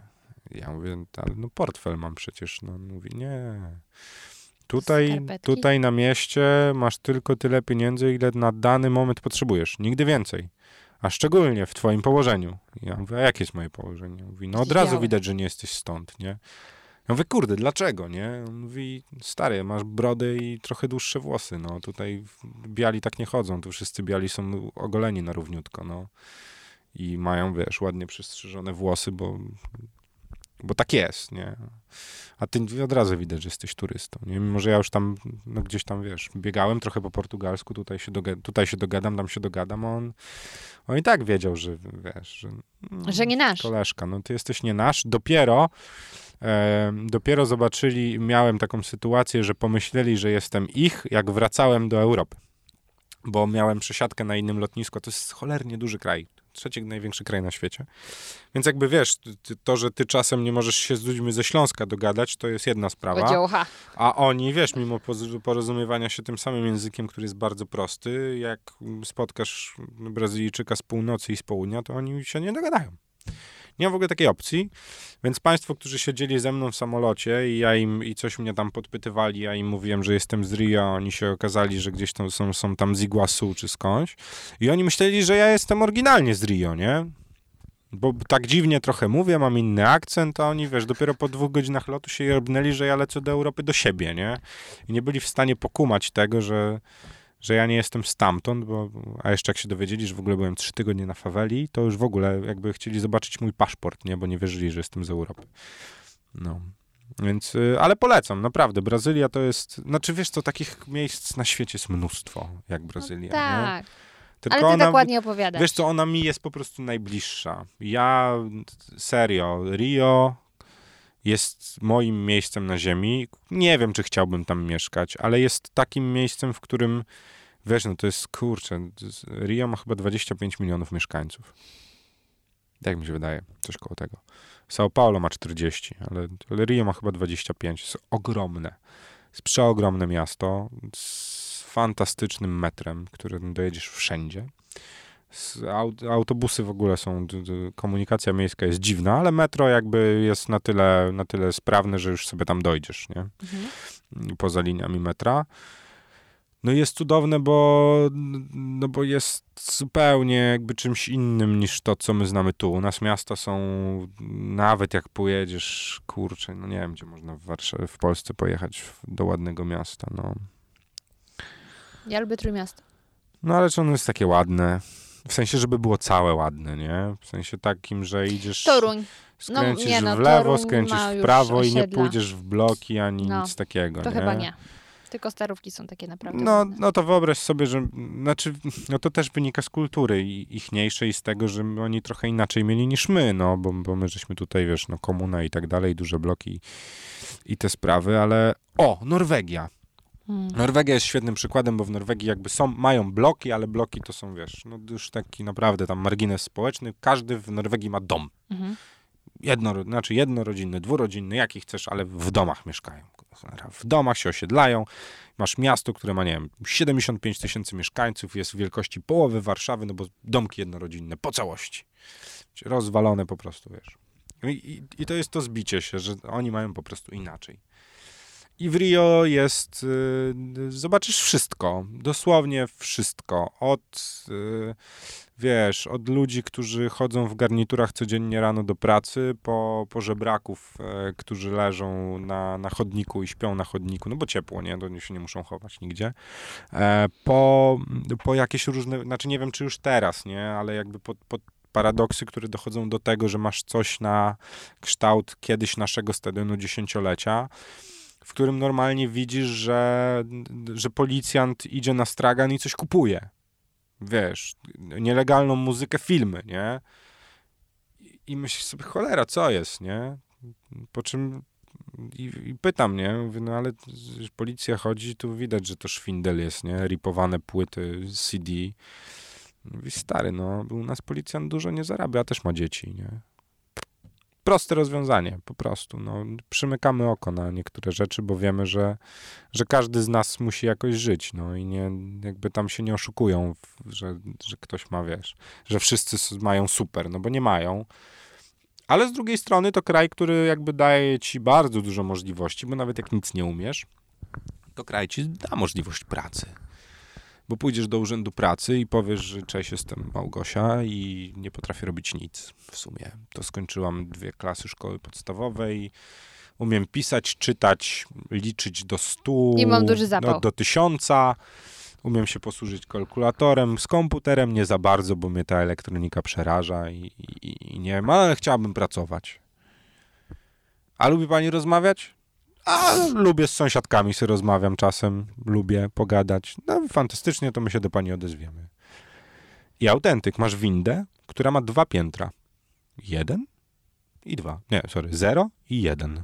Ja mówię, ale no portfel mam przecież. No on mówi, nie. Skarpetki? Tutaj na mieście masz tylko tyle pieniędzy, ile na dany moment potrzebujesz. Nigdy więcej. A szczególnie w twoim położeniu. Ja mówię, a jakie jest moje położenie? Mówi, no od razu Białe. widać, że nie jesteś stąd, nie? Ja mówię, kurde, dlaczego, nie? On mówi, stary, masz brodę i trochę dłuższe włosy, no. Tutaj biali tak nie chodzą, tu wszyscy biali są ogoleni na równiutko, no. I mają, wiesz, ładnie przystrzyżone włosy, bo tak jest, nie? A ty od razu widać, że jesteś turystą, nie? Mimo, że ja już tam, no gdzieś tam, wiesz, biegałem trochę po portugalsku, tutaj się dogadam, tam się dogadam, a on i tak wiedział, że, wiesz, Że nie nasz. koleżka, no ty jesteś nie nasz. Dopiero zobaczyli, miałem taką sytuację, że pomyśleli, że jestem ich, jak wracałem do Europy. Bo miałem przesiadkę na innym lotnisku, to jest cholernie duży kraj. Trzeci największy kraj na świecie. Więc jakby wiesz, to, że ty czasem nie możesz się z ludźmi ze Śląska dogadać, to jest jedna sprawa. Odziołcha. A oni, wiesz, mimo porozumiewania się tym samym językiem, który jest bardzo prosty, jak spotkasz Brazylijczyka z północy i z południa, to oni się nie dogadają. Nie ma w ogóle takiej opcji, więc państwo, którzy siedzieli ze mną w samolocie i coś mnie tam podpytywali, ja im mówiłem, że jestem z Rio, oni się okazali, że gdzieś tam są tam z Iguazu czy skądś i oni myśleli, że ja jestem oryginalnie z Rio, nie? Bo tak dziwnie trochę mówię, mam inny akcent, a oni, wiesz, dopiero po 2 godzinach lotu się jebnęli, że ja lecę do Europy do siebie, nie? I nie byli w stanie pokumać tego, że ja nie jestem stamtąd, a jeszcze jak się dowiedzieli, że w ogóle byłem 3 tygodnie na faweli, to już w ogóle jakby chcieli zobaczyć mój paszport, nie? Bo nie wierzyli, że jestem z Europy. No. Więc, ale polecam, naprawdę. Brazylia to jest, znaczy wiesz co, takich miejsc na świecie jest mnóstwo, jak Brazylia, nie? Tak. Tylko Ale ty tak ładnie opowiadasz. Wiesz co, ona mi jest po prostu najbliższa. Ja, serio, Rio jest moim miejscem na ziemi. Nie wiem, czy chciałbym tam mieszkać, ale jest takim miejscem, w którym, wiesz, no to jest, kurczę, Rio ma chyba 25 milionów mieszkańców. Tak mi się wydaje, coś koło tego. São Paulo ma 40, ale Rio ma chyba 25. Jest ogromne. Jest przeogromne miasto z fantastycznym metrem, którym dojedziesz wszędzie. Autobusy w ogóle są, komunikacja miejska jest dziwna, ale metro jakby jest na tyle sprawne, że już sobie tam dojdziesz, nie? Poza liniami metra. No jest cudowne, bo jest zupełnie jakby czymś innym niż to, co my znamy tu. U nas miasta są, nawet jak pojedziesz, kurczę, no nie wiem, gdzie można w Polsce pojechać do ładnego miasta, no. Ja lubię Trójmiasto. No ale czy ono jest takie ładne? W sensie, żeby było całe ładne, nie? W sensie takim, że idziesz... Toruń. Skręcisz w w lewo, Toruń skręcisz ma w już prawo i nie osiedla. pójdziesz w bloki ani No, nic takiego, To nie? chyba nie. Tylko starówki są takie naprawdę No, ładne. no to wyobraź sobie, że znaczy, no to też wynika z kultury ichniejszej i z tego, że oni trochę inaczej mieli niż my, no, bo my żeśmy tutaj, wiesz, no komuna i tak dalej, duże bloki i te sprawy, ale Norwegia. Norwegia jest świetnym przykładem, bo w Norwegii jakby mają bloki, ale bloki to są, wiesz, no już taki naprawdę tam margines społeczny. Każdy w Norwegii ma dom. Jednorodzinny, dwurodzinny, jaki chcesz, ale w domach mieszkają. W domach się osiedlają. Masz miasto, które ma, nie wiem, 75 000 mieszkańców, jest wielkości połowy Warszawy, no bo domki jednorodzinne po całości. Rozwalone po prostu, wiesz. I to jest to zbicie się, że oni mają po prostu inaczej. I w Rio jest, zobaczysz wszystko, dosłownie wszystko. Od ludzi, którzy chodzą w garniturach codziennie rano do pracy, po żebraków, którzy leżą na chodniku i śpią na chodniku, no bo ciepło, nie? To oni się nie muszą chować nigdzie. Po jakieś różne, znaczy nie wiem, czy już teraz, nie? Ale jakby po paradoksy, które dochodzą do tego, że masz coś na kształt kiedyś naszego stadionu 10-lecia, w którym normalnie widzisz, że policjant idzie na stragan i coś kupuje. Wiesz, nielegalną muzykę, filmy, nie? I myślisz sobie, cholera, co jest, nie? Po czym i pytam, nie? Mówię, no ale policja chodzi, tu widać, że to szwindel jest, nie? Ripowane płyty, CD. Mówi, stary, no, u nas policjant dużo nie zarabia, a też ma dzieci, nie? Proste rozwiązanie, po prostu. No, przymykamy oko na niektóre rzeczy, bo wiemy, że każdy z nas musi jakoś żyć, no i nie, jakby tam się nie oszukują, że ktoś ma, wiesz, że wszyscy mają super, no bo nie mają, Ale z drugiej strony to kraj, który jakby daje ci bardzo dużo możliwości, bo nawet jak nic nie umiesz, to kraj ci da możliwość pracy. Bo pójdziesz do urzędu pracy i powiesz, że cześć, jestem Małgosia i nie potrafię robić nic w sumie. To skończyłam 2 klasy szkoły podstawowej, umiem pisać, czytać, liczyć do 100, I mam duży zapał. do 1000, umiem się posłużyć kalkulatorem, z komputerem nie za bardzo, bo mnie ta elektronika przeraża i nie wiem, ale chciałabym pracować. A lubi pani rozmawiać? A lubię z sąsiadkami, sobie rozmawiam czasem, lubię pogadać. No fantastycznie, to my się do pani odezwiemy. I autentyk, masz windę, która ma 2 piętra. 1 i 2. Nie, sorry, 0 i 1.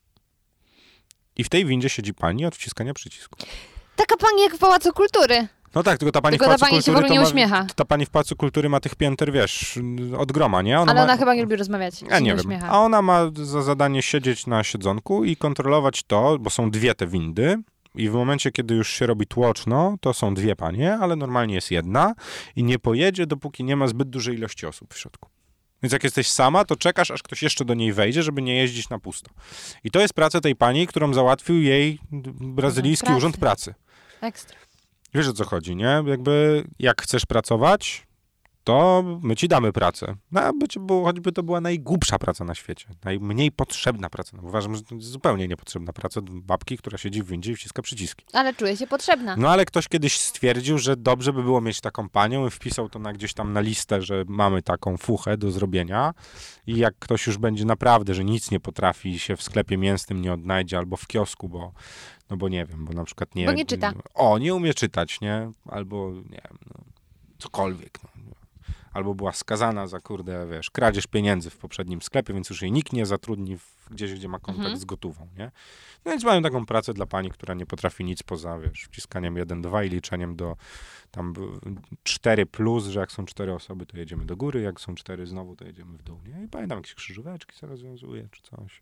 I w tej windzie siedzi pani od wciskania przycisku. Taka pani jak w Pałacu Kultury. No tak, tylko ta pani Tylko w Pałacu ta pani się w Kultury ogóle nie uśmiecha. ta pani w Pałacu Kultury ma tych pięter, wiesz, od groma, nie? Ale ona chyba nie lubi rozmawiać. Ja nie wiem. Uśmiecha. A ona ma za zadanie siedzieć na siedzonku i kontrolować to, bo są 2 te windy i w momencie, kiedy już się robi tłoczno, to są 2 panie, ale normalnie jest 1 i nie pojedzie, dopóki nie ma zbyt dużej ilości osób w środku. Więc jak jesteś sama, to czekasz, aż ktoś jeszcze do niej wejdzie, żeby nie jeździć na pusto. I to jest praca tej pani, którą załatwił jej brazylijski urząd pracy. Ekstra. Wiesz, o co chodzi, nie? Jakby jak chcesz pracować, to my ci damy pracę. No, choćby to była najgłupsza praca na świecie. Najmniej potrzebna praca. No, uważam, że to jest zupełnie niepotrzebna praca babki, która siedzi w windzie i wciska przyciski. Ale czuje się potrzebna. No ale ktoś kiedyś stwierdził, że dobrze by było mieć taką panią i wpisał to gdzieś tam na listę, że mamy taką fuchę do zrobienia i jak ktoś już będzie naprawdę, że nic nie potrafi i się w sklepie mięsnym nie odnajdzie albo w kiosku, bo nie wiem, bo na przykład nie... Bo nie czyta. Nie umie czytać, nie? Albo, nie wiem, cokolwiek, Albo była skazana za, wiesz, kradzież pieniędzy w poprzednim sklepie, więc już jej nikt nie zatrudni gdzieś, gdzie ma kontakt z gotówką, nie? No więc mają taką pracę dla pani, która nie potrafi nic poza, wiesz, wciskaniem 1-2 i liczeniem do tam 4+, że jak są 4 osoby, to jedziemy do góry, jak są 4 znowu, to jedziemy w dół, nie? I pamiętam, jakieś krzyżóweczki sobie rozwiązuje, czy coś.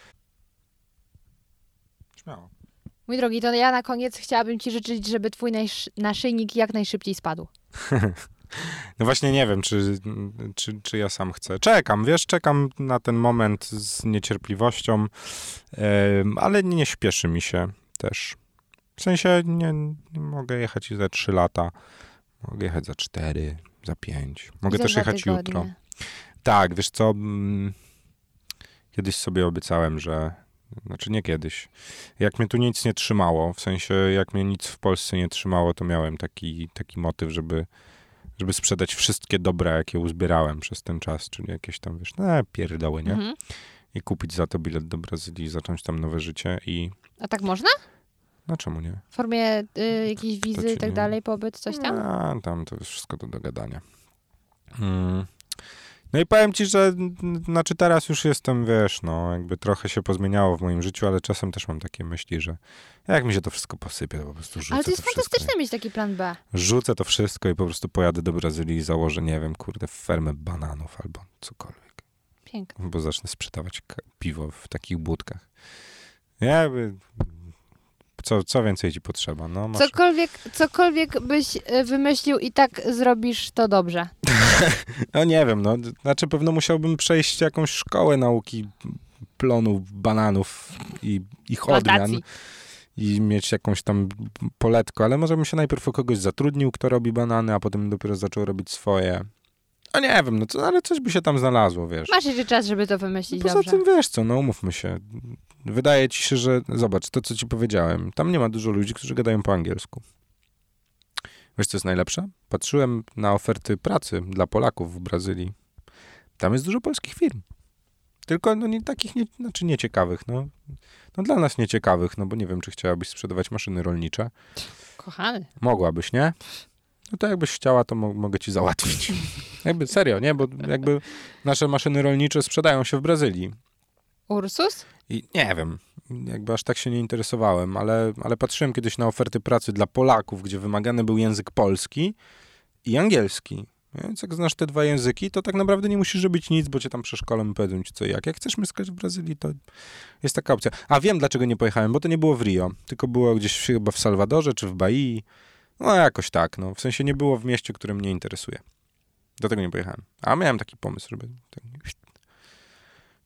Śmiało. Mój drogi, to ja na koniec chciałabym ci życzyć, żeby twój naszyjnik jak najszybciej spadł. No właśnie nie wiem, czy ja sam chcę. Czekam na ten moment z niecierpliwością, ale nie śpieszy mi się też. W sensie nie mogę jechać za 3 lata, mogę jechać za 4, za 5. Mogę też jechać jutro. Tak, wiesz co, kiedyś sobie obiecałem, znaczy nie kiedyś, jak mnie tu nic nie trzymało, w sensie jak mnie nic w Polsce nie trzymało, to miałem taki motyw, żeby sprzedać wszystkie dobra, jakie uzbierałem przez ten czas, czyli jakieś tam, wiesz, pierdoły, nie? Mhm. I kupić za to bilet do Brazylii, zacząć tam nowe życie i... A tak można? No czemu nie? W formie jakiejś wizy i tak dalej, pobyt, coś tam? Tam to jest wszystko do dogadania. No i powiem ci, że znaczy teraz już jestem, wiesz, jakby trochę się pozmieniało w moim życiu, ale czasem też mam takie myśli, że jak mi się to wszystko posypie, to po prostu rzucę. Ale to jest fantastyczne wszystko. Mieć taki plan B. Rzucę to wszystko i po prostu pojadę do Brazylii i założę, nie wiem, fermę bananów albo cokolwiek. Pięknie. Bo zacznę sprzedawać piwo w takich budkach. Jakby... Co więcej ci potrzeba? No, masz... Cokolwiek byś wymyślił i tak zrobisz to dobrze. No nie wiem, znaczy pewno musiałbym przejść jakąś szkołę nauki plonów, bananów i ich odmian i mieć jakąś tam poletko, ale może bym się najpierw u kogoś zatrudnił, kto robi banany, a potem dopiero zaczął robić swoje. A nie wiem, ale coś by się tam znalazło, wiesz. Masz jeszcze czas, żeby to wymyślić Poza dobrze. tym, wiesz co, umówmy się. Wydaje ci się, że zobacz, to co ci powiedziałem, tam nie ma dużo ludzi, którzy gadają po angielsku. Wiesz, co jest najlepsze? Patrzyłem na oferty pracy dla Polaków w Brazylii. Tam jest dużo polskich firm. Tylko takich nieciekawych. Dla nas nieciekawych, bo nie wiem, czy chciałabyś sprzedawać maszyny rolnicze. Kochany. Mogłabyś, nie? No to jakbyś chciała, to mogę ci załatwić. Jakby serio, nie? Bo jakby nasze maszyny rolnicze sprzedają się w Brazylii. Ursus? I nie wiem, jakby aż tak się nie interesowałem, ale patrzyłem kiedyś na oferty pracy dla Polaków, gdzie wymagany był język polski i angielski. Więc jak znasz te 2 języki, to tak naprawdę nie musisz robić nic, bo cię tam przeszkolą i powiedzą ci co i jak. Jak chcesz mieszkać w Brazylii, to jest taka opcja. A wiem, dlaczego nie pojechałem, bo to nie było w Rio, tylko było gdzieś chyba w Salwadorze czy w Bahii. Jakoś tak, w sensie nie było w mieście, które mnie interesuje. Dlatego nie pojechałem. A miałem taki pomysł, żeby...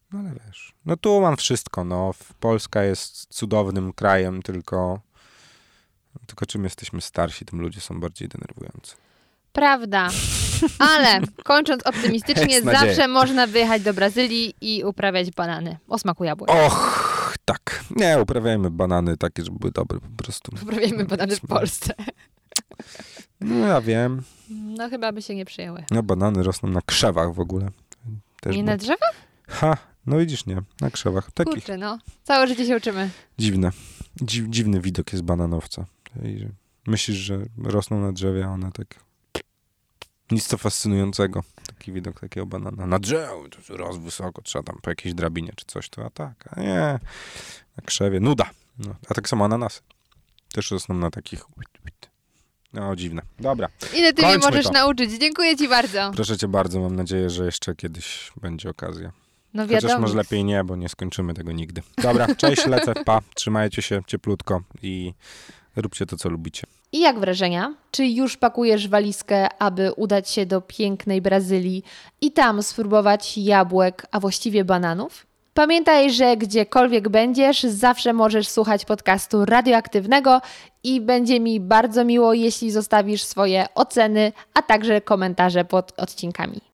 No ale wiesz, no tu mam wszystko, no. Polska jest cudownym krajem, tylko czym jesteśmy starsi, tym ludzie są bardziej denerwujący. Prawda. Ale kończąc optymistycznie, zawsze można wyjechać do Brazylii i uprawiać banany o smaku jabłek. Och, tak. Nie, uprawiajmy banany takie, żeby były dobre po prostu. Uprawiajmy banany w Polsce. No ja wiem. No chyba by się nie przyjęły. No banany rosną na krzewach w ogóle. Też nie na drzewach? Ha, no widzisz, nie. Na krzewach. Takich. Kurczę, no. Całe życie się uczymy. Dziwne. Dziwny widok jest bananowca. Myślisz, że rosną na drzewie, a one tak... Nic to fascynującego. Taki widok takiego banana. Na drzewie, to raz wysoko, trzeba tam po jakiejś drabinie czy coś, to a tak. A nie, na krzewie. Nuda. No, a tak samo ananasy. Też rosną na takich... No, dziwne. Dobra. Ile ty mnie możesz nauczyć? Dziękuję ci bardzo. Proszę cię bardzo. Mam nadzieję, że jeszcze kiedyś będzie okazja. No wiadomo. Chociaż może lepiej nie, bo nie skończymy tego nigdy. Dobra, cześć, lecę, pa. Trzymajcie się cieplutko i róbcie to, co lubicie. I jak wrażenia? Czy już pakujesz walizkę, aby udać się do pięknej Brazylii i tam spróbować jabłek, a właściwie bananów? Pamiętaj, że gdziekolwiek będziesz, zawsze możesz słuchać podcastu radioaktywnego i będzie mi bardzo miło, jeśli zostawisz swoje oceny, a także komentarze pod odcinkami.